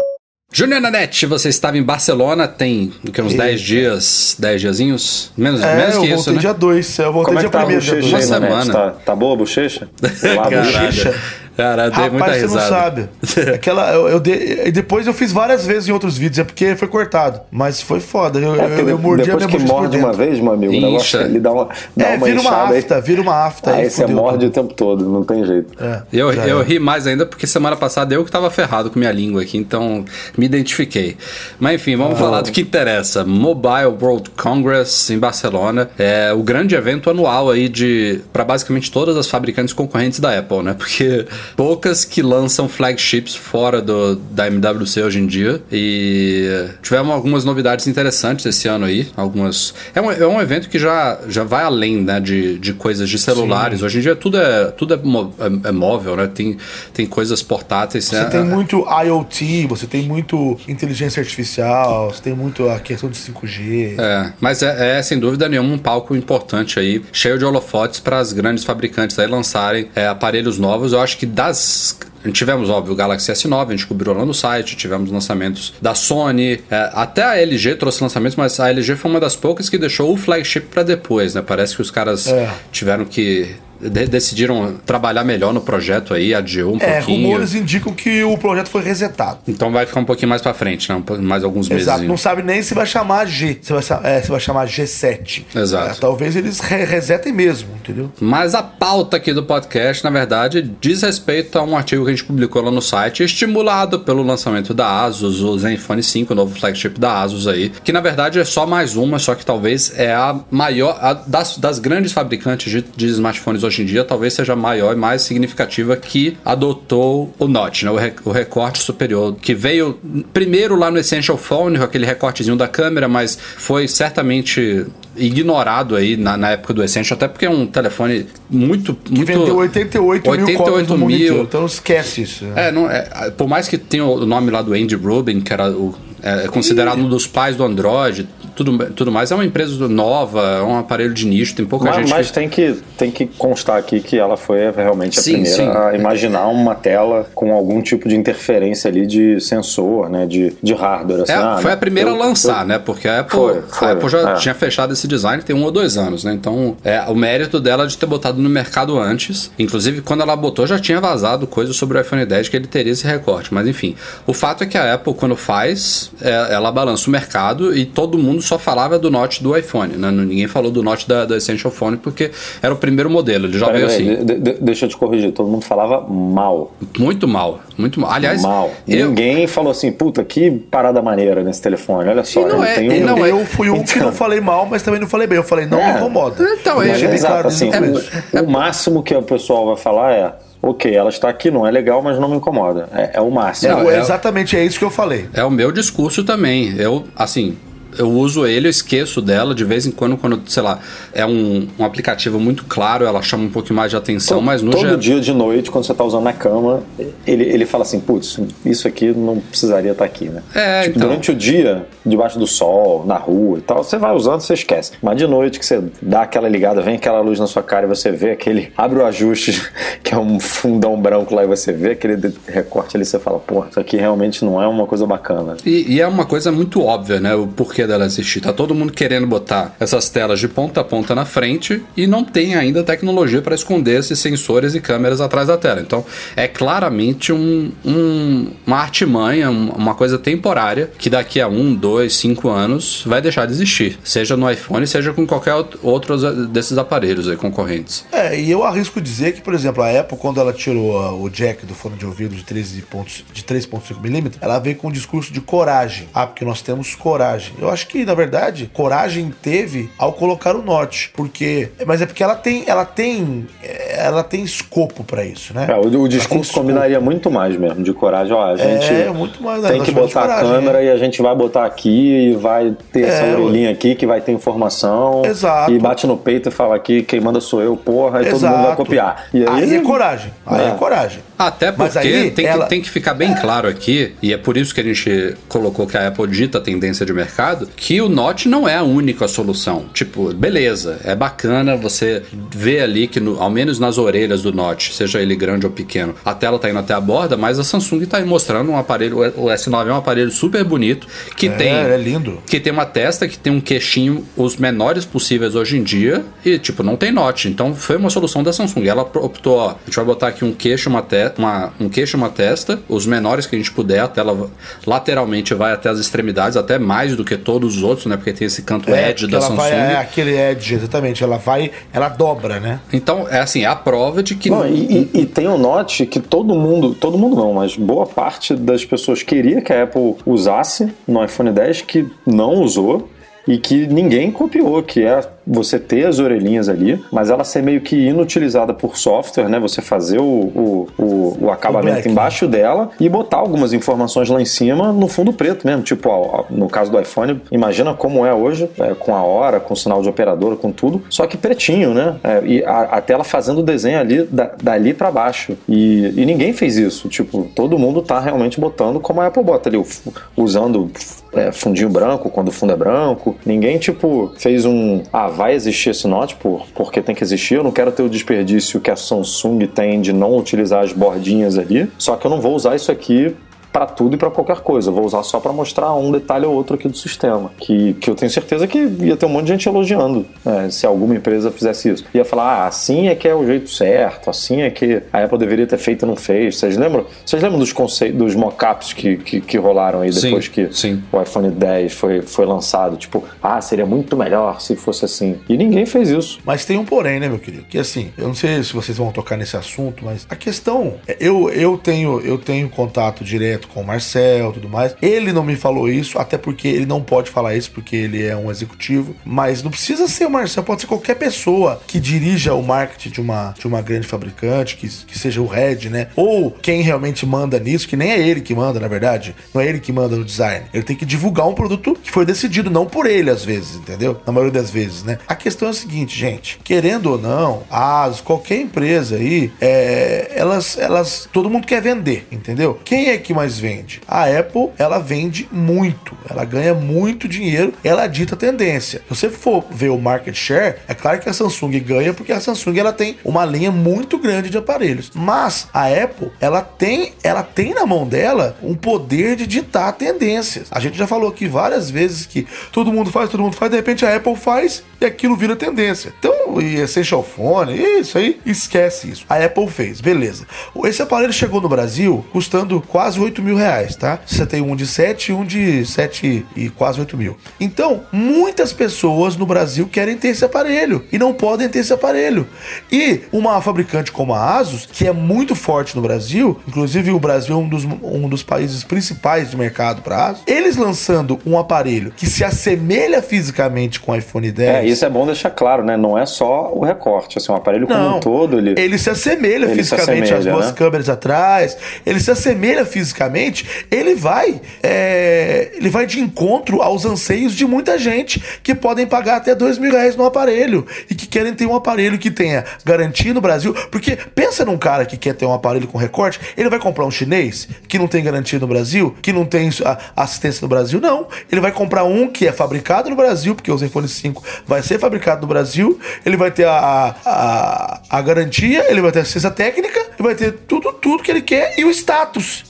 Júnior Nanete, você estava em Barcelona tem o que, uns dez dias, dez diazinhos? Menos, é, menos que eu isso, voltei né? dia dois, eu voltei Como é dia que tá a primeiro. bochecha aí, Uma Nanete? semana. Tá, tá boa a bochecha? Lá, a Caralho. bochecha? Cara, dei Rapaz, muita você risada. não sabe. Aquela, eu, eu dei, e depois eu fiz várias vezes em outros vídeos, é porque foi cortado. Mas foi foda. Eu, É eu, eu, eu mordi depois a minha que bochecha por morde uma dentro. vez, meu amigo, o Incha. negócio ele dá uma, dá É, uma vira uma inchada afta, aí. vira uma afta. Aí você fudeu morde tudo. o tempo todo, não tem jeito. É, Eu, já eu é. ri mais ainda porque semana passada eu que tava ferrado com minha língua aqui, então me identifiquei. Mas enfim, vamos Ah. falar do que interessa. Mobile World Congress em Barcelona é o grande evento anual aí de para basicamente todas as fabricantes concorrentes da Apple, né? Porque poucas que lançam flagships fora do, da M W C hoje em dia. E tivemos algumas novidades interessantes esse ano aí. Algumas. É um, é um evento que já, já vai além, né, de, de coisas de celulares. Sim. Hoje em dia tudo é, tudo é, mo, é, é móvel, né? Tem, tem coisas portáteis. Você né? tem muito IoT, você tem muito inteligência artificial, você tem muito a questão de cinco G. É, mas é, é sem dúvida nenhuma um palco importante aí, cheio de holofotes para as grandes fabricantes aí lançarem é, aparelhos novos. Eu acho que das... Tivemos, óbvio, o Galaxy S nove, a gente cobriu lá no site, tivemos lançamentos da Sony, é, até a L G trouxe lançamentos, mas a L G foi uma das poucas que deixou o flagship para depois, né? Parece que os caras é. tiveram que... De- decidiram trabalhar melhor no projeto aí, adiou um é, pouquinho. Rumores indicam que o projeto foi resetado. Então vai ficar um pouquinho mais pra frente, né? Mais alguns meses. Exato, não sabe nem se vai chamar G, se vai, é, se vai chamar G sete. Exato. É, talvez eles re- resetem mesmo, entendeu? Mas a pauta aqui do podcast, na verdade, diz respeito a um artigo que a gente publicou lá no site, estimulado pelo lançamento da Asus, o Zenfone cinco, o novo flagship da Asus aí, que na verdade é só mais uma, só que talvez é a maior, a das, das grandes fabricantes de, de smartphones hoje em dia, talvez seja a maior e mais significativa que adotou o Notch, né? o, re, o recorte superior, que veio primeiro lá no Essential Phone, com aquele recortezinho da câmera, mas foi certamente ignorado aí na, na época do Essential, até porque é um telefone muito... Que muito vendeu oitenta e oito mil cópias no mundo mil. inteiro, então esquece isso. Né? É, não, é, por mais que tenha o nome lá do Andy Rubin, que era o, é considerado um dos pais do Android, tudo, tudo mais, é uma empresa nova, é um aparelho de nicho, tem pouca mas, gente... Mas que... tem, que, tem que constar aqui que ela foi realmente a Sim, primeira sim. a imaginar uma tela com algum tipo de interferência ali de sensor, né, de, de hardware. Assim, É, ah, foi a primeira eu, a lançar, eu... né? Porque a Apple, foi, foi, a Apple já é. tinha fechado esse design tem um ou dois anos, né? Então, é o mérito dela de ter botado no mercado antes. Inclusive, quando ela botou, já tinha vazado coisas sobre o iPhone dez que ele teria esse recorte. Mas, enfim, o fato é que a Apple, quando faz, é, ela balança o mercado e todo mundo só falava do Notch do iPhone, né? Ninguém falou do Notch da, da Essential Phone porque era o primeiro modelo. Ele já Pera, veio pera, assim. de, de, deixa eu te corrigir. Todo mundo falava mal. Muito mal. Muito mal. Aliás, mal. eu... Ninguém falou assim, puta, que parada maneira nesse telefone. Olha só. E não ele é- tem e um... não é- Eu fui um que Então- não falei mal, mas também não falei bem. Eu falei, não É. me incomoda. Então, Eu é- deixei É, bem exato, claro assim, isso no é- começo. o, o máximo que o pessoal vai falar é, ok, ela está aqui, não é legal, mas não me incomoda. É, é o máximo. Não, É, é- exatamente, é isso que eu falei. É o meu discurso também. Eu, assim, eu uso ele, eu esqueço dela de vez em quando, quando, sei lá, é um, um aplicativo muito claro, ela chama um pouquinho mais de atenção, Todo, mas no todo geral... dia de noite, quando você está usando na cama, ele, ele fala assim, putz, isso aqui não precisaria estar aqui, né? É, Tipo, então. durante o dia, debaixo do sol, na rua e tal, você vai usando, você esquece. Mas de noite que você dá aquela ligada, vem aquela luz na sua cara e você vê aquele, abre o ajuste, que é um fundão branco lá, e você vê aquele recorte ali, você fala, pô, isso aqui realmente não é uma coisa bacana. E, e é uma coisa muito óbvia, né? O porquê porquê dela existir. Tá todo mundo querendo botar essas telas de ponta a ponta na frente e não tem ainda tecnologia para esconder esses sensores e câmeras atrás da tela. Então, é claramente um, um, uma artimanha, uma coisa temporária que daqui a um, dois, cinco anos vai deixar de existir. Seja no iPhone, seja com qualquer outro desses aparelhos aí, concorrentes. É, e eu arrisco dizer que, por exemplo, a Apple, quando ela tirou o jack do fone de ouvido de três vírgula cinco milímetros, ela veio com um discurso de coragem. Ah, porque nós temos coragem. Eu acho que, na verdade, coragem teve ao colocar o Notch, porque... Mas é porque ela tem, ela tem, ela tem escopo pra isso, né? É, o, o discurso combinaria muito mais mesmo, de coragem. Ó, a gente é, muito mais, né? tem que botar coragem, a câmera, é. E a gente vai botar aqui e vai ter é, essa orelhinha aqui que vai ter informação. Exato. E bate no peito e fala aqui, quem manda sou eu, porra, e Exato. Todo mundo vai copiar. E aí, aí é coragem. Aí é, é coragem. Até porque aí, tem, ela... que, tem que ficar bem claro aqui, e é por isso que a gente colocou que a Apple dita a tendência de mercado, que o Notch não é a única solução. Tipo, beleza, é bacana você ver ali que, no, ao menos nas orelhas do Notch, seja ele grande ou pequeno, a tela tá indo até a borda, mas a Samsung tá aí mostrando um aparelho, o S nove é um aparelho super bonito, que é, tem... É lindo. Que tem uma testa, que tem um queixinho os menores possíveis hoje em dia, e tipo, não tem Notch. Então foi uma solução da Samsung. Ela optou, ó, a gente vai botar aqui um queixo, uma testa, Uma, um queixo e uma testa, os menores que a gente puder, a tela lateralmente vai até as extremidades, até mais do que todos os outros, né? Porque tem esse canto é, edge da ela Samsung. Vai, é aquele edge, exatamente. Ela vai, ela dobra, né? Então, é assim, é a prova de que... Não, e, e, e tem um Notch que todo mundo, todo mundo não, mas boa parte das pessoas queria que a Apple usasse no iPhone dez, que não usou e que ninguém copiou, que é você ter as orelhinhas ali, mas ela ser meio que inutilizada por software, né? Você fazer o, o, o, o acabamento o embaixo dela e botar algumas informações lá em cima no fundo preto mesmo. Tipo, ó, no caso do iPhone, imagina como é hoje, é, com a hora, com o sinal de operadora, com tudo, só que pretinho, né? É, e a, a tela fazendo o desenho ali, da, dali pra baixo. E, e ninguém fez isso. Tipo, todo mundo tá realmente botando como a Apple bota ali, usando é, fundinho branco quando o fundo é branco. Ninguém, tipo, fez um... Ah, vai existir esse Notch por, porque tem que existir. Eu não quero ter o desperdício que a Samsung tem de não utilizar as bordinhas ali. Só que eu não vou usar isso aqui para tudo e para qualquer coisa. Eu vou usar só para mostrar um detalhe ou outro aqui do sistema. Que, que eu tenho certeza que ia ter um monte de gente elogiando, né, se alguma empresa fizesse isso. Ia falar, ah, assim é que é o jeito certo, assim é que a Apple deveria ter feito e não fez. Vocês lembram? Vocês lembram dos conceitos, dos mock-ups que, que, que rolaram aí depois sim, que sim. o iPhone dez foi, foi lançado? Tipo, ah, seria muito melhor se fosse assim. E ninguém fez isso. Mas tem um porém, né, meu querido? Que assim, eu não sei se vocês vão tocar nesse assunto, mas a questão, eu, eu, tenho, eu tenho contato direto com o Marcel e tudo mais. Ele não me falou isso, até porque ele não pode falar isso, porque ele é um executivo, mas não precisa ser o Marcel, pode ser qualquer pessoa que dirija o marketing de uma, de uma grande fabricante, que, que seja o head, né? Ou quem realmente manda nisso, que nem é ele que manda, na verdade, não é ele que manda no design. Ele tem que divulgar um produto que foi decidido, não por ele, às vezes, entendeu? Na maioria das vezes, né? A questão é a seguinte, gente, querendo ou não, as, qualquer empresa aí, é, elas, elas, todo mundo quer vender, entendeu? Quem é que mais vende? A Apple, ela vende muito, ela ganha muito dinheiro, ela dita a tendência. Se você for ver o market share, é claro que a Samsung ganha, porque a Samsung ela tem uma linha muito grande de aparelhos, mas a Apple, ela tem, ela tem na mão dela um poder de ditar tendências. A gente já falou aqui várias vezes que todo mundo faz, todo mundo faz, de repente a Apple faz e aquilo vira tendência. Então, e Essential Phone, isso aí, esquece isso. A Apple fez, beleza. Esse aparelho chegou no Brasil custando quase oito mil reais, tá? Você tem um de sete e um de sete e quase oito mil. Então, muitas pessoas no Brasil querem ter esse aparelho e não podem ter esse aparelho. E uma fabricante como a Asus, que é muito forte no Brasil, inclusive o Brasil é um dos, um dos países principais de mercado para Asus, eles lançando um aparelho que se assemelha fisicamente com o iPhone dez. É, isso é bom deixar claro, né? Não é só o recorte, assim, o aparelho como não, um todo, ele... ele se assemelha ele fisicamente, se assemelha, as duas né? câmeras atrás, ele se assemelha fisicamente, ele vai é, ele vai de encontro aos anseios de muita gente que podem pagar até dois mil reais no aparelho e que querem ter um aparelho que tenha garantia no Brasil, porque pensa num cara que quer ter um aparelho com recorte, ele vai comprar um chinês que não tem garantia no Brasil, que não tem assistência no Brasil, não, ele vai comprar um que é fabricado no Brasil, porque o Zenfone cinco vai ser fabricado no Brasil, ele vai ter a, a, a garantia, ele vai ter assistência técnica, ele vai ter tudo, tudo que ele quer e o status, por menos de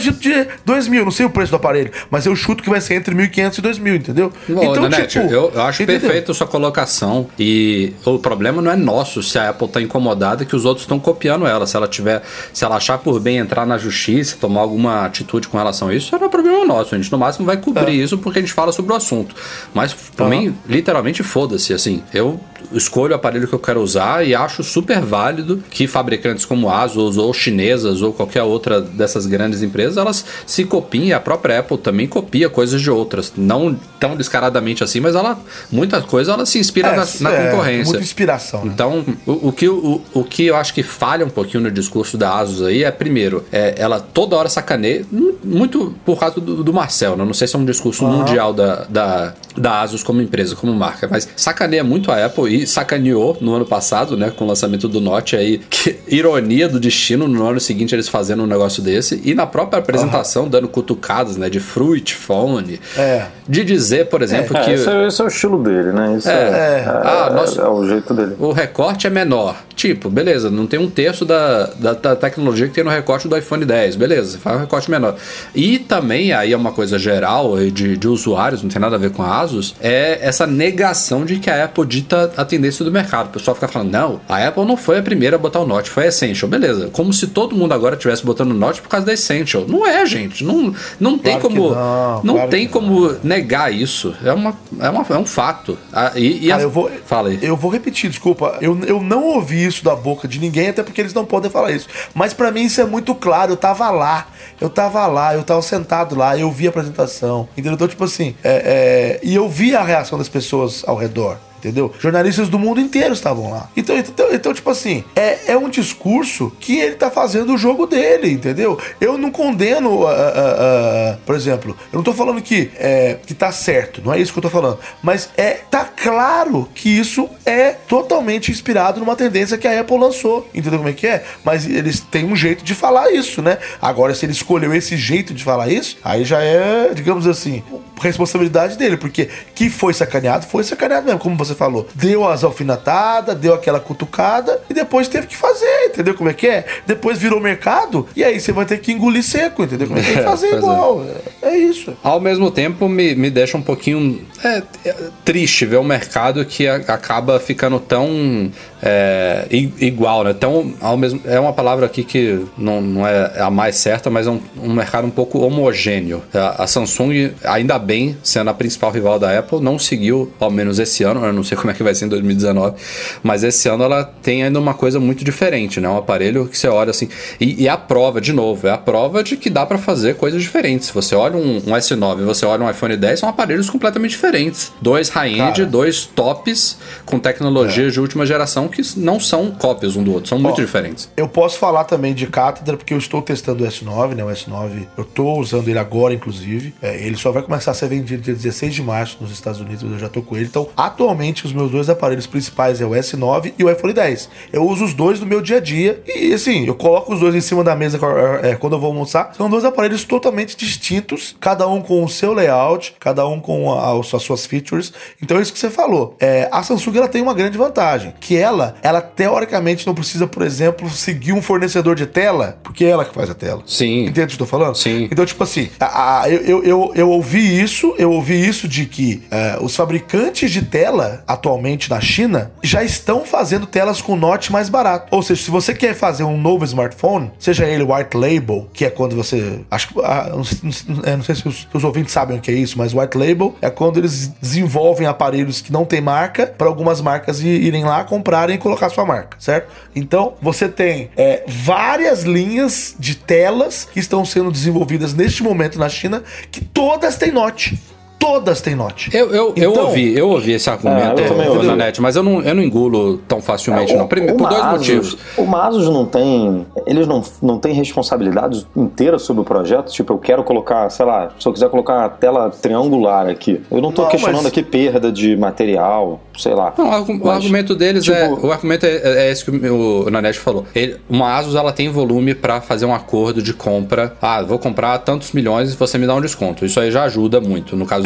de, de dois mil, não sei o preço do aparelho, mas eu chuto que vai ser entre mil e quinhentos e dois mil, entendeu? Bom, então, Nanete, tipo, eu, eu acho entendeu? perfeito a sua colocação e o problema não é nosso se a Apple tá incomodada que os outros estão copiando ela. Se ela tiver, se ela achar por bem entrar na justiça, tomar alguma atitude com relação a isso, não é problema nosso. A gente no máximo vai cobrir é. isso porque a gente fala sobre o assunto. Mas também, uhum. literalmente, foda-se, assim. Eu escolho o aparelho que eu quero usar e acho super válido que fabricantes como Asus ou chinesas ou qualquer outra dessas grandes empresas, elas se copiem. A própria Apple também copia coisas de outras. Não tão descaradamente assim, mas ela, muita coisa ela se inspira é, na, na é, concorrência. Muita inspiração. Né? Então, o, o, que, o, o que eu acho que falha um pouquinho no discurso da Asus aí é, primeiro, é, ela toda hora sacaneia, muito por causa do, do Marcel, né? Não sei se é um discurso uhum. mundial da, da, da Asus como empresa, como marca, mas sacaneia muito a Apple e sacaneou no ano passado, né? Com o lançamento do Note aí, que ironia do destino, no ano seguinte eles fazendo um negócio desse, e na própria apresentação uhum. dando cutucadas, né? De Fruit Phone, é. de dizer, por exemplo, é, que... Esse é, esse é o estilo dele, né? Isso é, é, é, ah, nosso, é o jeito dele. O recorte é menor. Tipo, beleza, não tem um terço da, da, da tecnologia que tem no recorte do iPhone dez, beleza, você faz um recorte menor. E também, aí é uma coisa geral de, de usuários, não tem nada a ver com a Asus, é essa negação de que a Apple dita a tendência do mercado. O pessoal fica falando, não, a Apple não foi a primeira a botar o Note, foi a Essential, beleza. Como se todo mundo agora estivesse botando o Note por causa da Essential. Não é, gente, não, não tem claro como não, não claro tem como não. negar isso. É, uma, é, uma, é um fato. E, e Cara, a... eu vou, Fala aí. Eu vou repetir, desculpa, eu, eu não ouvi isso da boca de ninguém, até porque eles não podem falar isso. Mas pra mim isso é muito claro, eu tava lá, eu tava lá, eu tava sentado lá, eu vi a apresentação, entendeu? Então, tipo assim, é, é, e eu vi a reação das pessoas ao redor. Entendeu? Jornalistas do mundo inteiro estavam lá. Então, então, então tipo assim, é, é um discurso que ele tá fazendo o jogo dele, entendeu? Eu não condeno, uh, uh, uh, por exemplo, eu não tô falando que, é, que tá certo, não é isso que eu tô falando, mas é, tá claro que isso é totalmente inspirado numa tendência que a Apple lançou, entendeu como é que é? Mas eles têm um jeito de falar isso, né? Agora, se ele escolheu esse jeito de falar isso, aí já é, digamos assim, responsabilidade dele, porque que foi sacaneado, foi sacaneado mesmo, como você falou. Deu as alfinetadas, deu aquela cutucada e depois teve que fazer, entendeu como é que é? Depois virou mercado e aí você vai ter que engolir seco, entendeu como é que é? Fazer igual. É. é isso. Ao mesmo tempo, me, me deixa um pouquinho é, é, triste ver o mercado que a, acaba ficando tão é, igual, né? Tão, ao mesmo, é uma palavra aqui que não, não é a mais certa, mas é um, um mercado um pouco homogêneo. A, a Samsung, ainda bem, sendo a principal rival da Apple, não seguiu, ao menos esse ano, eu não sei como é que vai ser em dois mil e dezenove, mas esse ano ela tem ainda uma coisa muito diferente, né? Um aparelho que você olha assim, e, e a prova, de novo, é a prova de que dá pra fazer coisas diferentes. Se você olha um, um S nove e você olha um iPhone dez, são aparelhos completamente diferentes. Dois high-end, dois tops com tecnologias é. de última geração que não são cópias um do outro, são muito Ó, diferentes. Eu posso falar também de cátedra, porque eu estou testando o S nove, né? O S nove, eu tô usando ele agora, inclusive. É, ele só vai começar a ser vendido dia dezesseis de março nos Estados Unidos, eu já tô com ele. Então, atualmente, os meus dois aparelhos principais é o S nove e o iPhone dez. Eu uso os dois no meu dia a dia e, assim, eu coloco os dois em cima da mesa é, quando eu vou almoçar. São dois aparelhos totalmente distintos, cada um com o seu layout, cada um com a, as suas features. Então, é isso que você falou. É, a Samsung, ela tem uma grande vantagem, que ela, ela teoricamente não precisa, por exemplo, seguir um fornecedor de tela, porque é ela que faz a tela. Sim. Entende o que eu tô falando? Sim. Então, tipo assim, a, a, eu, eu, eu, eu ouvi isso, eu ouvi isso de que é, os fabricantes de tela, atualmente na China, já estão fazendo telas com Note mais barato. Ou seja, se você quer fazer um novo smartphone, seja ele white label, que é quando você... Acho que... Ah, não, sei, não, não sei se os, os ouvintes sabem o que é isso, mas white label é quando eles desenvolvem aparelhos que não tem marca para algumas marcas irem lá, comprarem e colocar sua marca, certo? Então, você tem é, várias linhas de telas que estão sendo desenvolvidas neste momento na China, que todas têm Note. Todas têm Note. Eu, eu, então, eu, ouvi, eu ouvi esse argumento é, na net, mas eu não, eu não engulo tão facilmente, é, o, não. Primeiro, por dois Asus, motivos. O Asus não tem. Eles não, não têm responsabilidade inteira sobre o projeto. Tipo, eu quero colocar, sei lá, se eu quiser colocar uma tela triangular aqui. Eu não tô não, questionando mas... aqui perda de material, sei lá. Não, o, mas, o argumento deles tipo, é. O argumento é, é esse que o Nanete falou. Ele, uma Asus, ela tem volume pra fazer um acordo de compra. Ah, vou comprar tantos milhões e você me dá um desconto. Isso aí já ajuda muito. No caso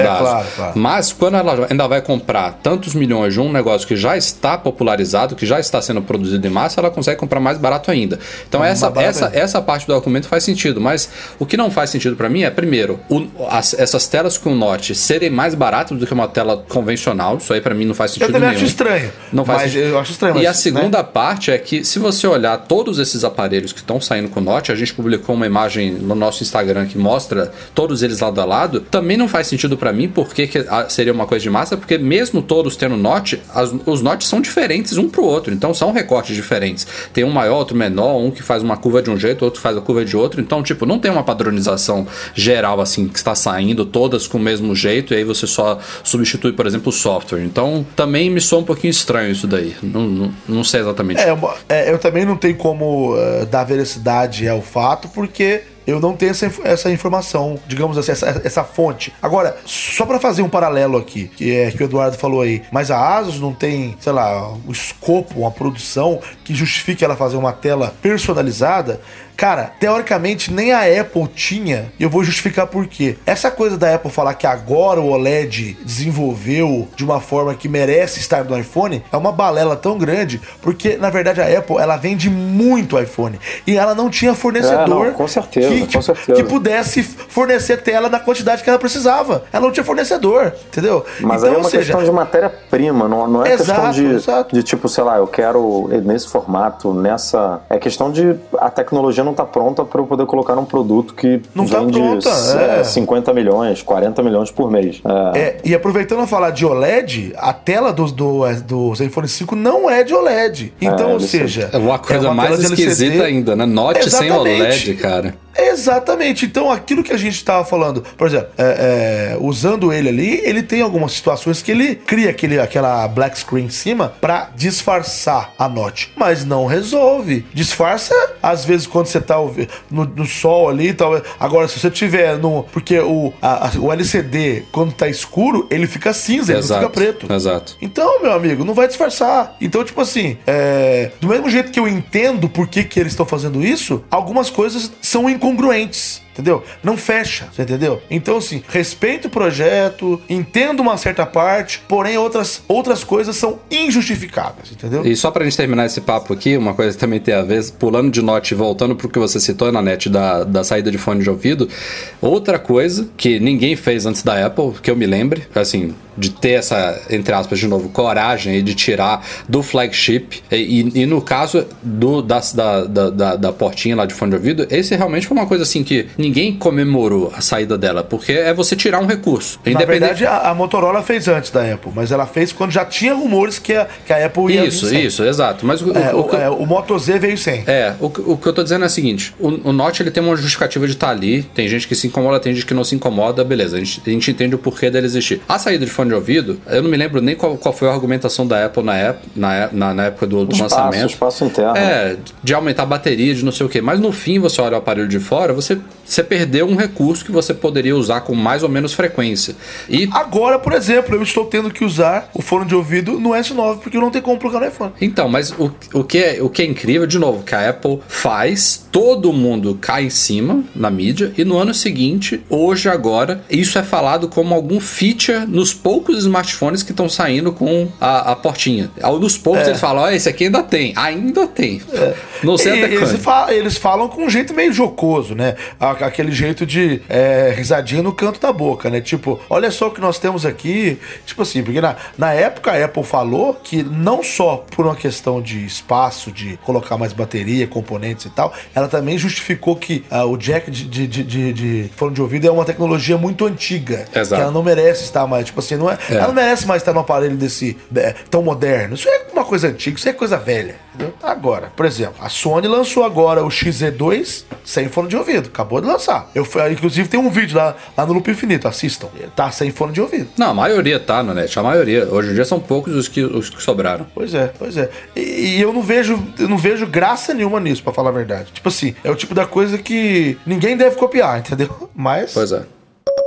dados. É, claro, claro. Mas quando ela ainda vai comprar tantos milhões de um negócio que já está popularizado, que já está sendo produzido em massa, ela consegue comprar mais barato ainda. Então, essa, essa, essa parte do argumento faz sentido. Mas o que não faz sentido para mim é, primeiro, o, as, essas telas com Notch serem mais baratas do que uma tela convencional. Isso aí para mim não faz sentido nenhum. Eu também acho estranho. Não faz mas sentido. Eu acho estranho. E mas, a segunda né? parte é que, se você olhar todos esses aparelhos que estão saindo com Notch, a gente publicou uma imagem no nosso Instagram que mostra todos eles lado a lado, também não faz sentido para mim porque que seria uma coisa de massa, porque mesmo todos tendo Notch, as, os Notch são diferentes um pro outro, então são recortes diferentes. Tem um maior, outro menor, um que faz uma curva de um jeito, outro faz a curva de outro, então, tipo, não tem uma padronização geral, assim, que está saindo todas com o mesmo jeito, e aí você só substitui, por exemplo, o software. Então, também me soa um pouquinho estranho isso daí. Não, não, não sei exatamente. É, é, eu também não tenho como uh, dar veracidade ao fato, porque eu não tenho essa, essa informação, digamos assim, essa, essa fonte. Agora, só pra fazer um paralelo aqui, que é que o Eduardo falou aí, mas a Asus não tem, sei lá, o escopo, uma produção que justifique ela fazer uma tela personalizada. Cara, teoricamente nem a Apple tinha, e eu vou justificar por quê. Essa coisa da Apple falar que agora o OLED desenvolveu de uma forma que merece estar no iPhone é uma balela tão grande, porque na verdade a Apple, ela vende muito iPhone e ela não tinha fornecedor é, não, com certeza, que, com certeza. que pudesse fornecer tela na quantidade que ela precisava. Ela não tinha fornecedor, entendeu? Mas então, aí é uma seja, questão de matéria-prima, não, não é exato, questão de, exato. de tipo, sei lá, eu quero nesse formato, nessa... É questão de a tecnologia não tá pronta para eu poder colocar num produto que não vende tá pronta, é. cinquenta milhões, quarenta milhões por mês. É. É, e aproveitando a falar de OLED, a tela dos do, do iPhone cinco não é de OLED. Então, É, ou seja... É uma coisa é uma mais esquisita ainda, né? Notch sem OLED, cara. Exatamente. Então, aquilo que a gente estava falando, por exemplo, é, é, usando ele ali, ele tem algumas situações que ele cria aquele, aquela black screen em cima para disfarçar a Notch, mas não resolve. Disfarça, às vezes, quando você tá no, no sol ali e tal. Agora, se você tiver no... Porque o, a, o L C D, quando tá escuro, ele fica cinza, Exato, ele não fica preto. Exato. Então, meu amigo, não vai disfarçar. Então, tipo assim, é, do mesmo jeito que eu entendo por que, que eles estão fazendo isso, algumas coisas são incongruentes. Entendeu? Não fecha, você entendeu? Então, assim, respeito o projeto, entendo uma certa parte, porém outras, outras coisas são injustificáveis, entendeu? E só pra gente terminar esse papo aqui, uma coisa que também tem a ver, pulando de Notch e voltando pro que você citou na net da, da saída de fone de ouvido, outra coisa que ninguém fez antes da Apple, que eu me lembre, assim, de ter essa, entre aspas, de novo, coragem e de tirar do flagship, e, e, e no caso do, da, da, da, da portinha lá de fone de ouvido, esse realmente foi uma coisa assim que ninguém comemorou a saída dela, porque é você tirar um recurso. Na verdade, a, a Motorola fez antes da Apple, mas ela fez quando já tinha rumores que a, que a Apple ia Isso, vir sem. isso, exato. Mas o, é, o, o, o, é, o Moto Z veio sem. É, o, o que eu tô dizendo é o seguinte, o, o Notch, ele tem uma justificativa de estar ali, tem gente que se incomoda, tem gente que não se incomoda, beleza, a gente, a gente entende o porquê dele existir. A saída de fone de ouvido, eu não me lembro nem qual, qual foi a argumentação da Apple na, época, na, na, na época do, do espaço, lançamento. Espaço interno. É, de aumentar a bateria, de não sei o quê, mas no fim você olha o aparelho de fora, você, você perdeu um recurso que você poderia usar com mais ou menos frequência. E agora, por exemplo, eu estou tendo que usar o fone de ouvido no S nove porque eu não tenho como plugar no iPhone. Então, mas o, o, que é, o que é incrível, de novo, que a Apple faz, todo mundo cai em cima na mídia, e no ano seguinte, hoje, agora, isso é falado como algum feature nos poucos smartphones que estão saindo com a, a portinha. Nos poucos é. Eles falam, ó, oh, esse aqui ainda tem. Ainda tem. É. Não sei e, até eles, quando. falam, eles falam com um jeito meio jocoso, né? Aquele jeito de é, risadinha no canto da boca, né? Tipo, olha só o que nós temos aqui. Tipo assim, porque na, na época a Apple falou que não só por uma questão de espaço, de colocar mais bateria, componentes e tal, ela também justificou que uh, o jack de, de, de, de, de fone de ouvido é uma tecnologia muito antiga. Exato. Que ela não merece estar mais, tipo assim, não é, é. ela não merece mais estar num aparelho desse é, tão moderno. Isso é uma coisa antiga, isso é coisa velha, entendeu? Agora, por exemplo, a Sony lançou agora o X Z dois sem fone de ouvido, acabou de lançar. Eu, inclusive tem um vídeo lá, lá no Loop Infinito, assistam. Ele tá sem fone de ouvido. Não, a maioria tá no net, a maioria. Hoje em dia são poucos os que, os que sobraram. Pois é, pois é. E, e eu não vejo, eu não vejo graça nenhuma nisso, pra falar a verdade. Tipo assim, é o tipo da coisa que ninguém deve copiar, entendeu? Mas... Pois é.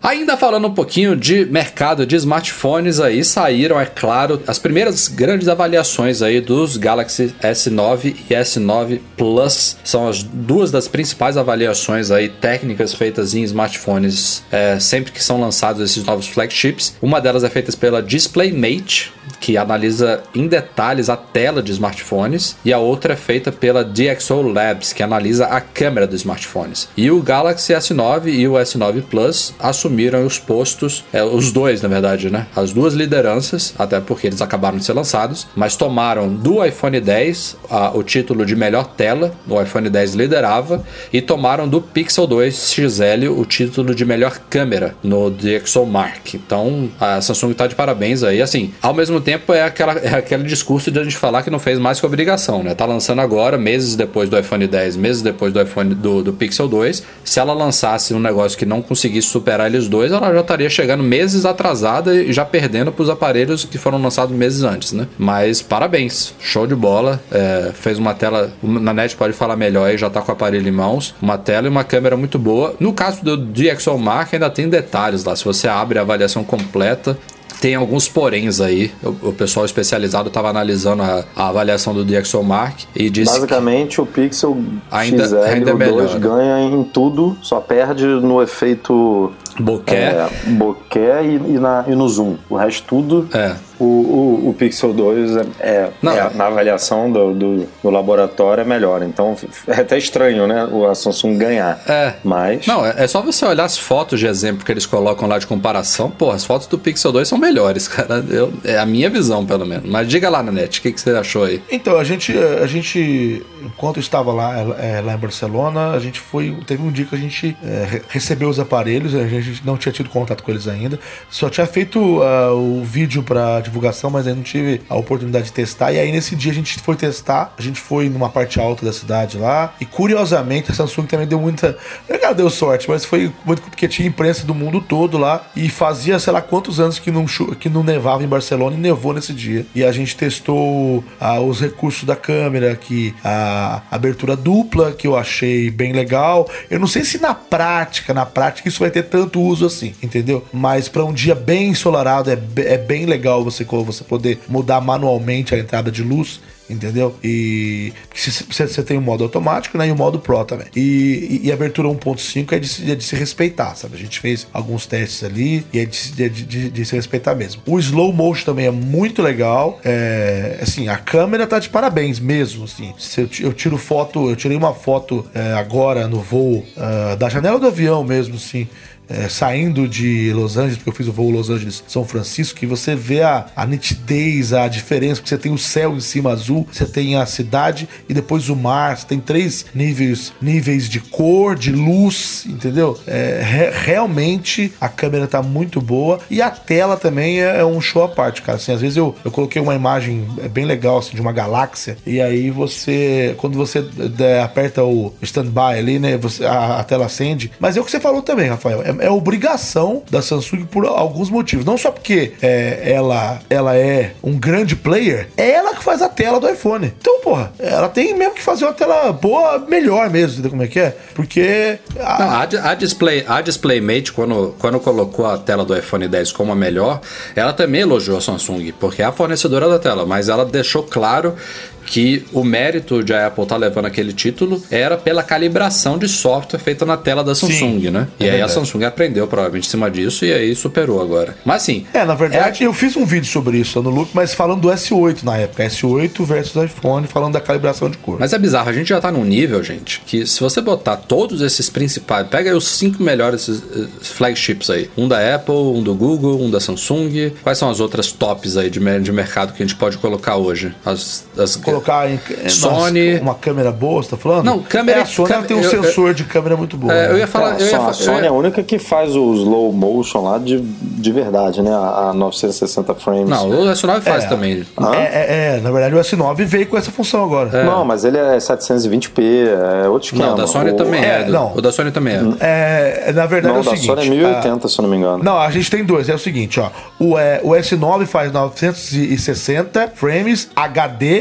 Ainda falando um pouquinho de mercado de smartphones aí, saíram, é claro, as primeiras grandes avaliações aí dos Galaxy S nove e S nove Plus. São as duas das principais avaliações aí técnicas feitas em smartphones é, sempre que são lançados esses novos flagships. Uma delas é feita pela DisplayMate, que analisa em detalhes a tela de smartphones, e a outra é feita pela D X O Labs, que analisa a câmera dos smartphones. E o Galaxy S nove e o S nove Plus assumiram os postos, é, os dois na verdade, né? As duas lideranças, até porque eles acabaram de ser lançados, mas tomaram do iPhone dez a, o título de melhor tela, o iPhone dez liderava, e tomaram do Pixel dois X L o título de melhor câmera no D X O Mark. Então a Samsung tá de parabéns aí, assim, ao mesmo tempo é, aquela, é aquele discurso de a gente falar que não fez mais que obrigação, né? Tá lançando agora, meses depois do iPhone dez, meses depois do iPhone do, do Pixel dois. Se ela lançasse um negócio que não conseguisse superar eles dois, ela já estaria chegando meses atrasada e já perdendo pros aparelhos que foram lançados meses antes, né? Mas parabéns, show de bola. É, fez uma tela, na net pode falar melhor aí, já tá com o aparelho em mãos, uma tela e uma câmera muito boa. No caso do D X O Mark ainda tem detalhes lá, se você abre a avaliação completa, tem alguns poréns aí. O, o pessoal especializado estava analisando a, a avaliação do D X O Mark e disse basicamente que o Pixel ainda, X L ainda é melhor, dois ganha em tudo, só perde no efeito bokeh, é, bokeh e, e, na, e no zoom. O resto tudo é. O, o, o Pixel dois é, é, é na avaliação do, do, do laboratório é melhor. Então é até estranho, né? A Samsung ganhar. É. Mas... Não, é, é só você olhar as fotos de exemplo que eles colocam lá de comparação. Pô, as fotos do Pixel dois são melhores, cara. Eu, é a minha visão, pelo menos. Mas diga lá, Nanete, o que, que você achou aí? Então, a gente, a gente enquanto eu estava lá, é, lá em Barcelona, a gente foi... Teve um dia que a gente é, recebeu os aparelhos, a gente não tinha tido contato com eles ainda. Só tinha feito uh, o vídeo pra divulgação, mas aí não tive a oportunidade de testar. E aí nesse dia a gente foi testar, a gente foi numa parte alta da cidade lá, e curiosamente a Samsung também deu muita... Ela deu sorte, mas foi muito porque tinha imprensa do mundo todo lá, e fazia sei lá quantos anos que não, que não nevava em Barcelona, e nevou nesse dia. E a gente testou ah, os recursos da câmera, que a abertura dupla, que eu achei bem legal. Eu não sei se na prática, na prática isso vai ter tanto uso assim, entendeu? Mas para um dia bem ensolarado é, é bem legal você você poder mudar manualmente a entrada de luz, entendeu? E você tem o modo automático, né? E o modo Pro também. E, e, e a abertura um ponto cinco é de, é de se respeitar, sabe? A gente fez alguns testes ali e é de, de, de, de se respeitar mesmo. O slow motion também é muito legal. É, assim, a câmera tá de parabéns mesmo, assim. Se eu, eu tiro foto, eu tirei uma foto é, agora no voo uh, da janela do avião mesmo, assim. É, saindo de Los Angeles, porque eu fiz o voo Los Angeles-São Francisco, que você vê a, a nitidez, a diferença, porque você tem o céu em cima azul, você tem a cidade e depois o mar, você tem três níveis, níveis de cor, de luz, entendeu? É, re, realmente a câmera tá muito boa e a tela também é, é um show à parte, cara. Assim, às vezes eu, eu coloquei uma imagem bem legal, assim, de uma galáxia, e aí você, quando você é, aperta o stand-by ali, né, você, a, a tela acende, mas é o que você falou também, Rafael, é É obrigação da Samsung por alguns motivos. Não só porque é, ela, ela é um grande player, é ela que faz a tela do iPhone. Então, porra, ela tem mesmo que fazer uma tela boa, melhor mesmo, entendeu como é que é? Porque... A, Não, a, a, display, a DisplayMate, quando, quando colocou a tela do iPhone dez como a melhor, ela também elogiou a Samsung, porque é a fornecedora da tela, mas ela deixou claro que o mérito de a Apple estar tá levando aquele título era pela calibração de software feita na tela da Samsung, Sim, né? E é aí verdade. A Samsung aprendeu provavelmente em cima disso e aí superou agora. Mas assim... É, na verdade é... eu fiz um vídeo sobre isso no Loop, mas falando do S oito na época. S oito versus iPhone, falando da calibração de cor. Mas é bizarro, a gente já tá num nível, gente, que se você botar todos esses principais... Pega aí os cinco melhores flagships aí. Um da Apple, um do Google, um da Samsung. Quais são as outras tops aí de, de mercado que a gente pode colocar hoje? As... as... colocar em Sony, nossa, uma câmera boa, você tá falando? Não, câmera... É, a Sony câmera, tem um eu, sensor eu, de câmera muito bom. É, né? eu ia falar... É, eu ia a falar Sony é a única que faz o slow motion lá de, de verdade, né? A, a novecentos e sessenta frames. Não, o S nove faz é, também. É, é, é, na verdade o S nove veio com essa função agora. É. Não, mas ele é setecentos e vinte p, é outro esquema. Não, o da Sony o, também é. é não. O da Sony também é. é na verdade não, é o seguinte... Não, o da Sony é mil e oitenta, a, se eu não me engano. Não, a gente tem dois. É o seguinte, ó. O, é, o S nove faz novecentos e sessenta frames H D, que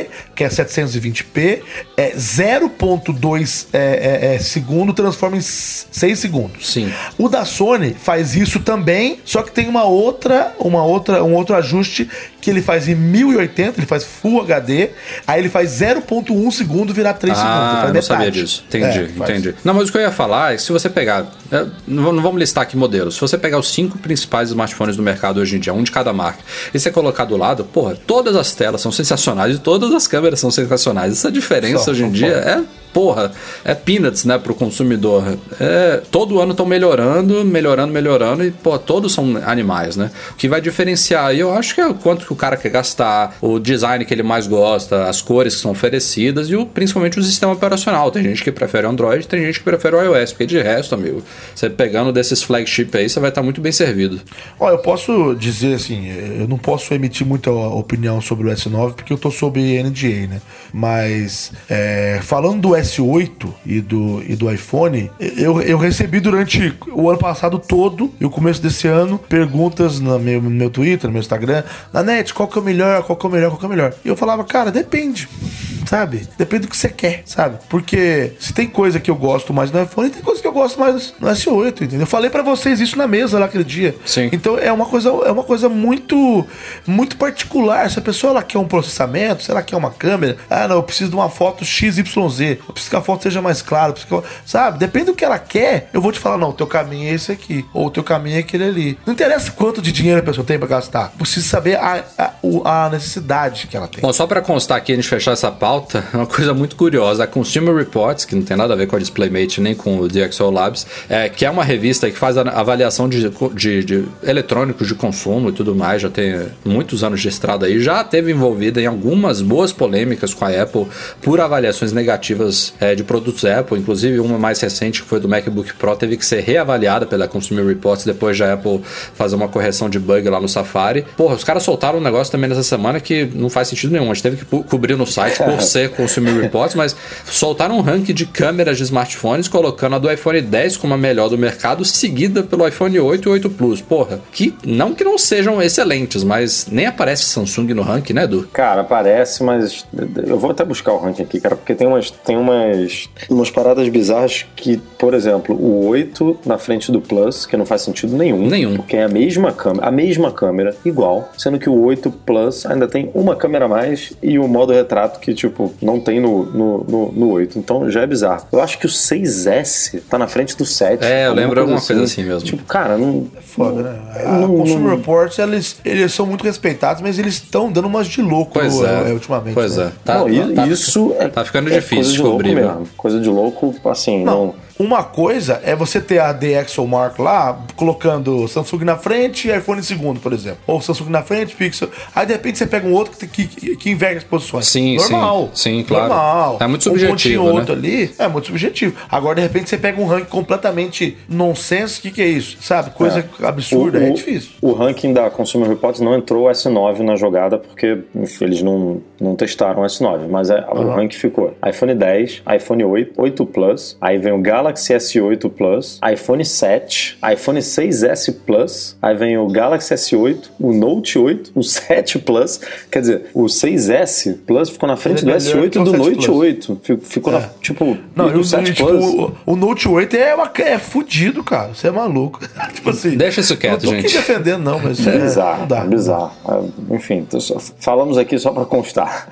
que é setecentos e vinte p, é zero ponto dois é, é, é, segundo transforma em seis segundos. Sim. O da Sony faz isso também, só que tem uma outra, uma outra, um outro ajuste que ele faz em mil e oitenta, ele faz Full H D, aí ele faz zero ponto um segundo virar três ah, segundos. Ele faz não metade. sabia disso. Entendi, é, entendi. Não, mas o que eu ia falar é que se você pegar... É, não, não vamos listar aqui modelos. Se você pegar os cinco principais smartphones do mercado hoje em dia, um de cada marca, e você colocar do lado, porra, todas as telas são sensacionais e todas as câmeras são sensacionais. Essa diferença Só, hoje em só dia pode. é... Porra, é peanuts, né, pro consumidor. É, todo ano estão melhorando, melhorando, melhorando e, pô, todos são animais, né? O que vai diferenciar aí, eu acho que é o quanto que o cara quer gastar, o design que ele mais gosta, as cores que são oferecidas e o, principalmente o sistema operacional. Tem gente que prefere o Android, tem gente que prefere o iOS, porque de resto, amigo, você pegando desses flagship aí, você vai estar muito bem servido. Ó, eu posso dizer assim, eu não posso emitir muita opinião sobre o S nove porque eu tô sob N D A, né? Mas, é, falando do S oito e do, e do iPhone, eu, eu recebi durante o ano passado todo e o começo desse ano perguntas no meu, no meu Twitter, no meu Instagram, na net, qual que é o melhor, qual que é o melhor, qual que é o melhor. E eu falava, cara, depende, sabe? Depende do que você quer, sabe? Porque se tem coisa que eu gosto mais no iPhone, tem coisa que eu gosto mais no S oito, entendeu? Eu falei pra vocês isso na mesa lá aquele dia. Sim. Então é uma coisa, é uma coisa muito, muito particular. Se a pessoa ela quer um processamento, se ela quer uma câmera, ah, não, eu preciso de uma foto X Y Z, eu preciso que a foto seja mais clara, eu preciso que... sabe? Depende do que ela quer, eu vou te falar, não, o teu caminho é esse aqui, ou o teu caminho é aquele ali. Não interessa quanto de dinheiro a pessoa tem pra gastar, precisa saber a, a, a necessidade que ela tem. Bom, só pra constar aqui, a gente fechar essa pauta, é uma coisa muito curiosa. A Consumer Reports, que não tem nada a ver com a DisplayMate nem com o D X O Labs, é, que é uma revista que faz a avaliação de, de, de eletrônicos de consumo e tudo mais, já tem muitos anos de estrada aí, já teve envolvida em algumas boas polêmicas com a Apple por avaliações negativas é, de produtos Apple, inclusive uma mais recente que foi do MacBook Pro, teve que ser reavaliada pela Consumer Reports depois da Apple fazer uma correção de bug lá no Safari. Porra, os caras soltaram um negócio também nessa semana que não faz sentido nenhum, a gente teve que co- cobrir no site por ser Consumer Reports, mas soltaram um ranking de câmeras de smartphones, colocando a do iPhone dez como a melhor do mercado, seguida pelo iPhone oito e oito Plus. Porra, que não que não sejam excelentes, mas nem aparece Samsung no ranking, né, Edu? Cara, aparece, mas eu vou até buscar o ranking aqui, cara, porque tem umas, tem umas, umas paradas bizarras que, por exemplo, o oito na frente do Plus, que não faz sentido nenhum. Nenhum. Porque é a mesma câmera, a mesma câmera, igual, sendo que o oito Plus ainda tem uma câmera a mais e o modo retrato que, tipo, não tem no, no, no, no oito. Então já é bizarro. Eu acho que o seis S tá na frente do sete. É, eu lembro alguma assim. coisa assim mesmo. Tipo, cara, não... Foda, né? A Não, Consumer não... Reports, eles, eles são muito respeitados, mas eles estão dando umas de louco Pois é, é, ultimamente. Pois né? é. Tá, não, tá, isso é, tá ficando é difícil coisa de descobrir, louco viu? mesmo. Coisa de louco, assim, Não. não... Uma coisa é você ter a D X O Mark lá, colocando Samsung na frente e iPhone em segundo, por exemplo. Ou Samsung na frente, Pixel. Aí de repente você pega um outro que, que, que inverte as posições. Sim, normal. sim. Sim, claro. Normal. É muito Um subjetivo, pontinho né? outro ali, é muito subjetivo. Agora de repente você pega um ranking completamente nonsense, o que, que é isso? Sabe? Coisa É. absurda, o, é o- difícil. O ranking da Consumer Reports não entrou o S nove na jogada porque enfim, eles não, não testaram o S nove, mas é, o ranking ficou iPhone dez, iPhone oito, oito Plus, aí vem o Galaxy S oito Plus, iPhone sete, iPhone seis S Plus, aí vem o Galaxy S oito, o Note oito, o sete Plus, quer dizer, o seis S Plus ficou na frente Ele é do S melhor oito que e o do sete Note Plus. oito, Ficou- ficou É. na, tipo, Não, e eu, o sete tipo, Plus... o, o Note oito é, uma, é fudido, cara. Você é maluco. tipo assim. Deixa isso quieto, não tô gente. aqui defendendo, não, mas. É é, bizarro, não dá. é bizarro. É, enfim, tô só- falamos aqui só pra constar.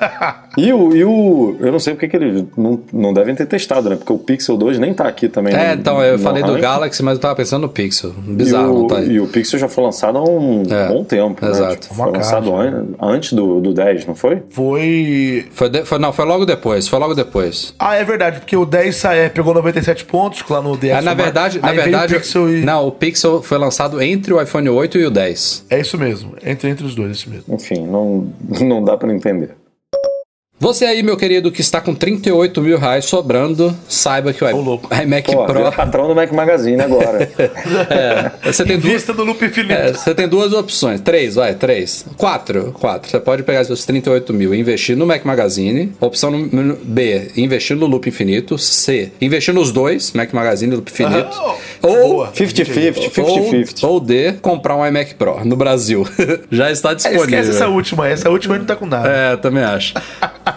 e, o, e o. Eu não sei porque que eles não, não devem ter testado, né? Porque o Pixel dois nem tá aqui também. É, no- então, eu no falei do ranking. Galaxy, mas eu tava pensando no Pixel. E Bizarro, o, não tá aí. e o Pixel já foi lançado há um É, bom tempo. Né? exato. Tipo, Uma foi lançado caixa. an- antes do, do dez, não foi? Foi. Foi, de- foi- não, foi logo depois, foi logo depois. Ah, é verdade, porque o dez sa- é, pegou noventa e sete pontos lá no D X. É, na verdade, na Aí veio verdade o Pixel e... não, o Pixel foi lançado entre o iPhone oito e o dez. É isso mesmo, entre, entre os dois, é isso mesmo. Enfim, não, não dá pra entender. Você aí, meu querido, que está com trinta e oito mil reais sobrando, saiba que o Ô, louco. iMac Pô, Pro... vira patrão do Mac Magazine agora. É, você tem duas... Invista no loop infinito. É, você tem duas opções. Três, vai, três. Quatro. Quatro. Você pode pegar seus trinta e oito mil e investir no Mac Magazine. Opção número B, investir no Loop Infinito. C, investir nos dois, Mac Magazine e Loop Infinito. Ah, ou, boa. cinquenta cinquenta, cinquenta ou, cinquenta. ou D, comprar um iMac Pro no Brasil. Já está É, disponível. esquece essa última, essa última ele não tá com nada. É, também acho.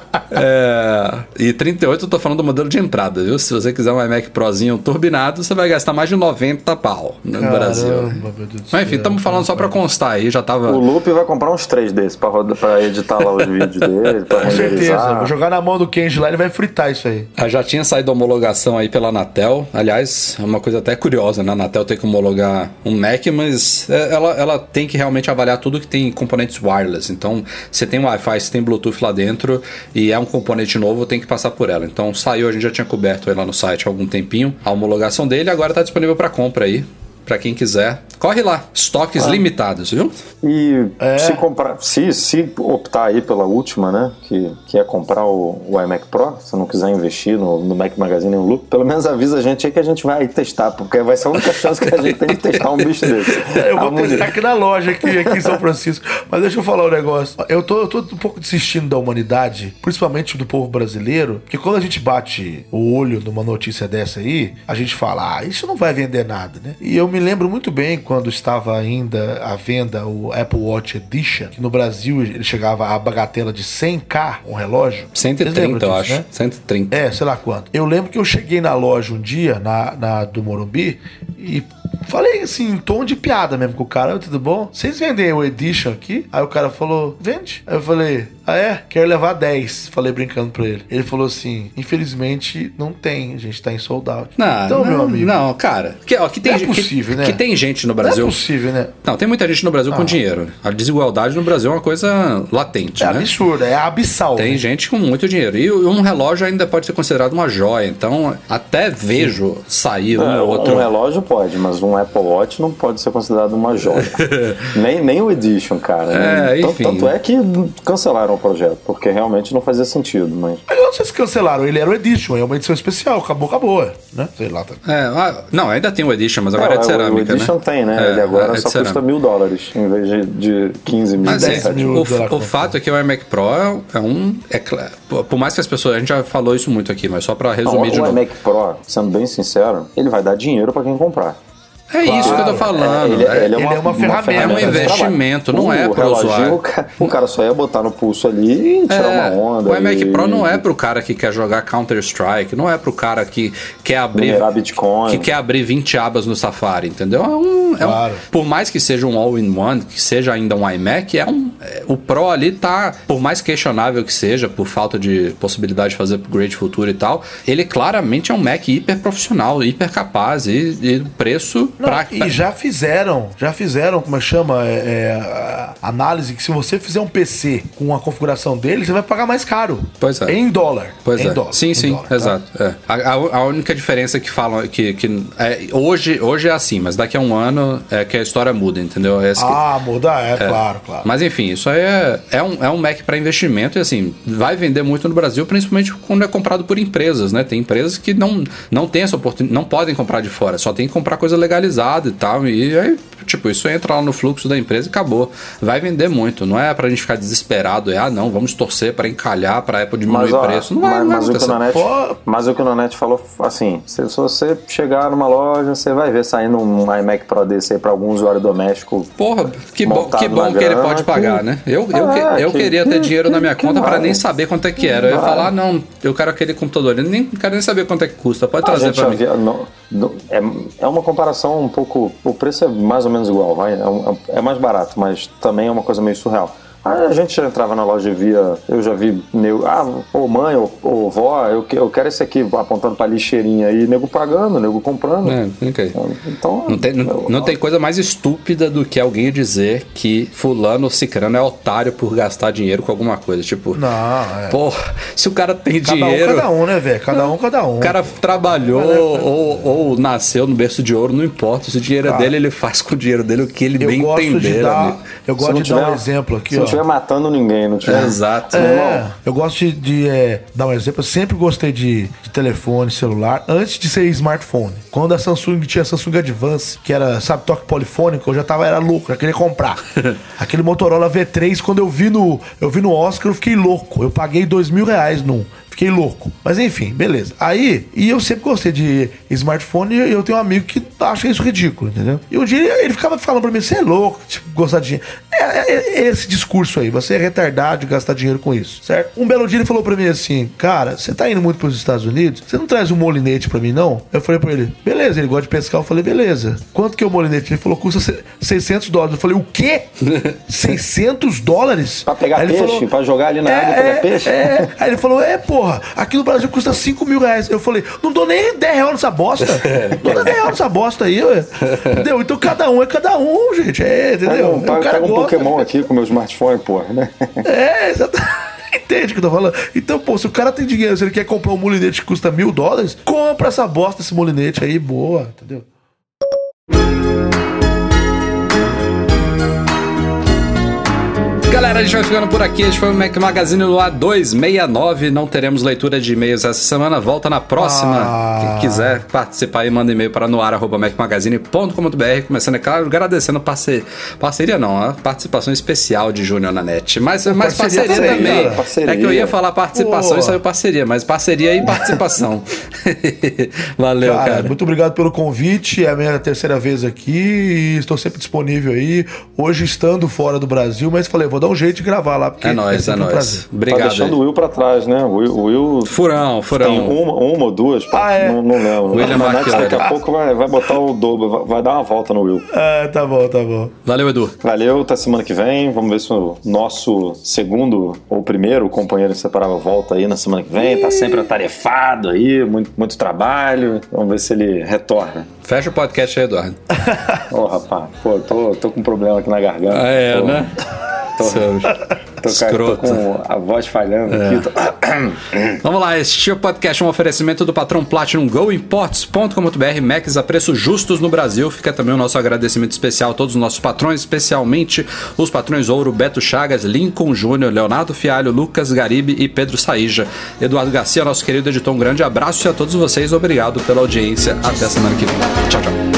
É, e trinta e oito eu tô falando do modelo de entrada, viu? Se você quiser um iMac Prozinho turbinado, você vai gastar mais de noventa pau no Caramba, Brasil. meu Deus do Mas enfim, estamos falando só pra constar aí, já tava... O Lupe vai comprar uns três desses pra, roda, pra editar lá os vídeos dele, pra Com certeza, renderizar. vou jogar na mão do Kenji lá, ele vai fritar isso aí. Ah, já tinha saído a homologação aí pela Anatel. Aliás, é uma coisa até curiosa, né? A Anatel tem que homologar um Mac, mas ela, ela tem que realmente avaliar tudo que tem componentes wireless. Então, você tem Wi-Fi, você tem Bluetooth lá dentro e é um componente novo, tem que passar por ela. Então, saiu, a gente já tinha coberto aí lá no site há algum tempinho a homologação dele, agora está disponível para compra aí. Pra quem quiser, corre lá. Estoques ah. limitados, viu? E é. se comprar, se, se optar aí pela última, né? Que, que é comprar o, o iMac Pro, se não quiser investir no, no Mac Magazine e no Loop, pelo menos avisa a gente aí que a gente vai testar, porque vai ser a única chance que a gente tem de testar um bicho desse. Eu vou a testar aqui na loja, aqui, aqui em São Francisco. Mas deixa eu falar um negócio. Eu tô, eu tô um pouco desistindo da humanidade, principalmente do povo brasileiro, porque quando a gente bate o olho numa notícia dessa aí, a gente fala, ah, isso não vai vender nada, né? E eu me lembro muito bem quando estava ainda à venda o Apple Watch Edition, que no Brasil ele chegava a bagatela de cem mil, um relógio. cento e trinta, eu acho. Né? cento e trinta. É, sei lá quanto. Eu lembro que eu cheguei na loja um dia, na, na do Morumbi, e falei assim, em tom de piada mesmo com o cara, tudo bom? Vocês vendem o Edition aqui? Aí o cara falou, vende. Aí eu falei, ah é? Quero levar dez. Falei brincando pra ele. Ele falou assim, infelizmente não tem, a gente tá em sold out. Não, então, não, meu amigo. Não, cara. Que, ó, que tem, é possível, que, né? que tem gente no Brasil... Não é possível, né? Não, tem muita gente no Brasil ah. com dinheiro. A desigualdade no Brasil é uma coisa latente, é né? Absurda, é abissal. Tem né? gente com muito dinheiro. E um relógio ainda pode ser considerado uma joia. Então, até vejo Sim. sair um é, ou outro... Um relógio pode, mas um Apple Watch não pode ser considerado uma joia. nem, nem o Edition, cara. É, né? enfim. Tanto é que cancelaram o projeto, porque realmente não fazia sentido. Mas, mas não sei se cancelaram, ele era o Edition, é uma edição especial, acabou, acabou, né? Sei lá. Tá. É, ah, não, ainda tem o Edition, mas agora é, é de cerâmica, o Edition né? tem, né? É, ele agora é só custa mil dólares, em vez de, de quinze mil. Mas é, mil o, dólares, o fato é que o iMac Pro é um... É, por mais que as pessoas... A gente já falou isso muito aqui, mas só pra resumir não, de o novo. O iMac Pro, sendo bem sincero, ele vai dar dinheiro pra quem comprar. É claro, isso que eu tô falando. Ele, ele, é, ele uma, é uma ferramenta. É um investimento, não o, é para o usuário. O cara, o cara só ia botar no pulso ali e tirar é, uma onda. O iMac e... Pro não é pro cara que quer jogar Counter-Strike, não é pro cara que quer abrir Bitcoin. que quer abrir vinte abas no Safari, entendeu? É um, é claro. um, por mais que seja um all-in-one, que seja ainda um iMac, é um, é, o Pro ali tá, por mais questionável que seja, por falta de possibilidade de fazer upgrade futuro e tal, ele claramente é um Mac hiper profissional, hiper capaz e, e preço não, pra... E já fizeram, já fizeram, como é que chama? É, é, análise que se você fizer um P C com a configuração dele, você vai pagar mais caro. Pois é. Em dólar. Pois em é. Dólar, sim, em sim, dólar, exato. Tá? É. A, a, a única diferença que falam que, que é, hoje, hoje é assim, mas daqui a um ano é que a história muda, entendeu? É ah, que, muda, é, é, claro, claro. Mas enfim, isso aí é, é, um, é um Mac para investimento e assim, vai vender muito no Brasil, principalmente quando é comprado por empresas, né? Tem empresas que não, não tem essa oportunidade, não podem comprar de fora, só tem que comprar coisa legalizada e tal, e aí, tipo, isso entra lá no fluxo da empresa e acabou. Vai vender muito, não é pra gente ficar desesperado, é, ah não, vamos torcer pra encalhar, pra Apple diminuir o preço, não vai, mas, não vai mas, o que o Nanete, mas o que o Nanete falou, assim, se, se você chegar numa loja, você vai ver saindo um iMac Pro desse aí pra algum usuário doméstico. Porra, que bom, que, bom que ele pode pagar, que, né? Eu, eu, é, eu que, queria que, ter dinheiro que, na minha conta pra nem saber quanto é que era. Eu ia falar, ah, não, eu quero aquele computador, eu nem quero nem saber quanto é que custa, pode trazer pra mim. Via, no, no, é, é uma comparação um pouco, o preço é mais ou menos igual, vai, é, um, é mais barato, mas também é uma coisa meio surreal. Aí a gente já entrava na loja e via, eu já vi, nego, ah, ô mãe, ô, ô vó, eu, eu quero esse aqui, apontando pra lixeirinha aí, nego pagando, nego comprando. É, okay. Então, não tem, não, eu, não tem coisa mais estúpida do que alguém dizer que fulano ou cicrano é otário por gastar dinheiro com alguma coisa, tipo, não, é. Porra, se o cara tem cada dinheiro... Um, cada um, né, velho? Cada um, cada um. O cara trabalhou ou, ou nasceu no berço de ouro, não importa, se o dinheiro é dele, ele faz com o dinheiro dele o que ele bem entender. De dar, eu gosto de dar um exemplo aqui, se ó. Se não estiver matando ninguém, não tiver. É, exato. É, eu gosto de, de é, dar um exemplo. Eu sempre gostei de, de telefone, celular, antes de ser smartphone. Quando a Samsung tinha a Samsung Advance, que era, sabe, toque polifônico, eu já tava, era louco, eu queria comprar. Aquele Motorola V três, quando eu vi no eu vi no Oscar, eu fiquei louco. Eu paguei dois mil reais num. Fiquei louco. Mas enfim, beleza. Aí, e eu sempre gostei de smartphone e eu tenho um amigo que acha isso ridículo, entendeu? E um dia ele, ele ficava falando pra mim, você é louco, tipo, gostar de dinheiro. É, é, é esse discurso aí, você é retardado de gastar dinheiro com isso, certo? Um belo dia ele falou pra mim assim, cara, você tá indo muito pros Estados Unidos? Você não traz um molinete pra mim, não? Eu falei pra ele, beleza, ele gosta de pescar. Eu falei, beleza. Quanto que é o molinete? Ele falou, custa seiscentos dólares. Eu falei, o quê? seiscentos dólares? Pra pegar peixe, falou, pra jogar ali na é, água e pegar é, peixe? É. Aí ele falou, é, porra, aqui no Brasil custa cinco mil reais. Eu falei, não dou nem dez reais nessa bosta. Não dou dez reais nessa bosta aí, ué. Entendeu? Então cada um é cada um, gente. É, entendeu? Pega um, pega um Pokémon aqui com meu smartphone, porra, né? É, exatamente. Entende o que eu tô falando? Então, pô, se o cara tem dinheiro, se ele quer comprar um molinete que custa mil dólares, compra essa bosta, esse molinete aí, boa, entendeu? Galera, a gente vai ficando por aqui. Este foi o Mac Magazine no A duzentos e sessenta e nove. Não teremos leitura de e-mails essa semana. Volta na próxima. Ah. Quem quiser participar aí, manda e-mail para noar arroba mac magazine ponto com ponto b r. Começando, é claro, agradecendo parce... parceria, não, a participação especial de Júnior na net. Mas, mas parceria, parceria também. Cara, parceria. É que eu ia falar participação Pô. e saiu parceria, mas parceria e participação. Valeu, cara, cara. Muito obrigado pelo convite. É a minha terceira vez aqui e estou sempre disponível aí. Hoje estando fora do Brasil, mas falei, vou dar um jeito de gravar lá, porque é nóis, é, é nóis. Obrigado. Tá deixando o Will pra trás, né? O Will, o Will furão, furão. Tem uma, uma ou duas, ah, é? não, não lembro. William Net, daqui a pouco vai, vai botar o dobro, vai, vai dar uma volta no Will. Ah, tá bom, tá bom. Valeu, Edu. Valeu, até semana que vem. Vamos ver se o nosso segundo ou primeiro companheiro inseparável volta aí na semana que vem. Tá sempre atarefado aí, muito, muito trabalho. Vamos ver se ele retorna. Fecha o podcast aí, Eduardo. Ô, oh, rapaz, pô, tô, tô com um problema aqui na garganta. Ah, é, pô. né? Tô, tô, tô com a voz falhando é. aqui. Tô... Vamos lá, este podcast é um oferecimento do patrão Platinum Go Imports ponto com ponto b r, Macs a preços justos no Brasil. Fica também o nosso agradecimento especial a todos os nossos patrões, especialmente os patrões Ouro, Beto Chagas, Lincoln Júnior, Leonardo Fialho, Lucas Garibe e Pedro Saíja. Eduardo Garcia, nosso querido editor, um grande abraço e a todos vocês, obrigado pela audiência. Até semana que vem. Tchau, tchau.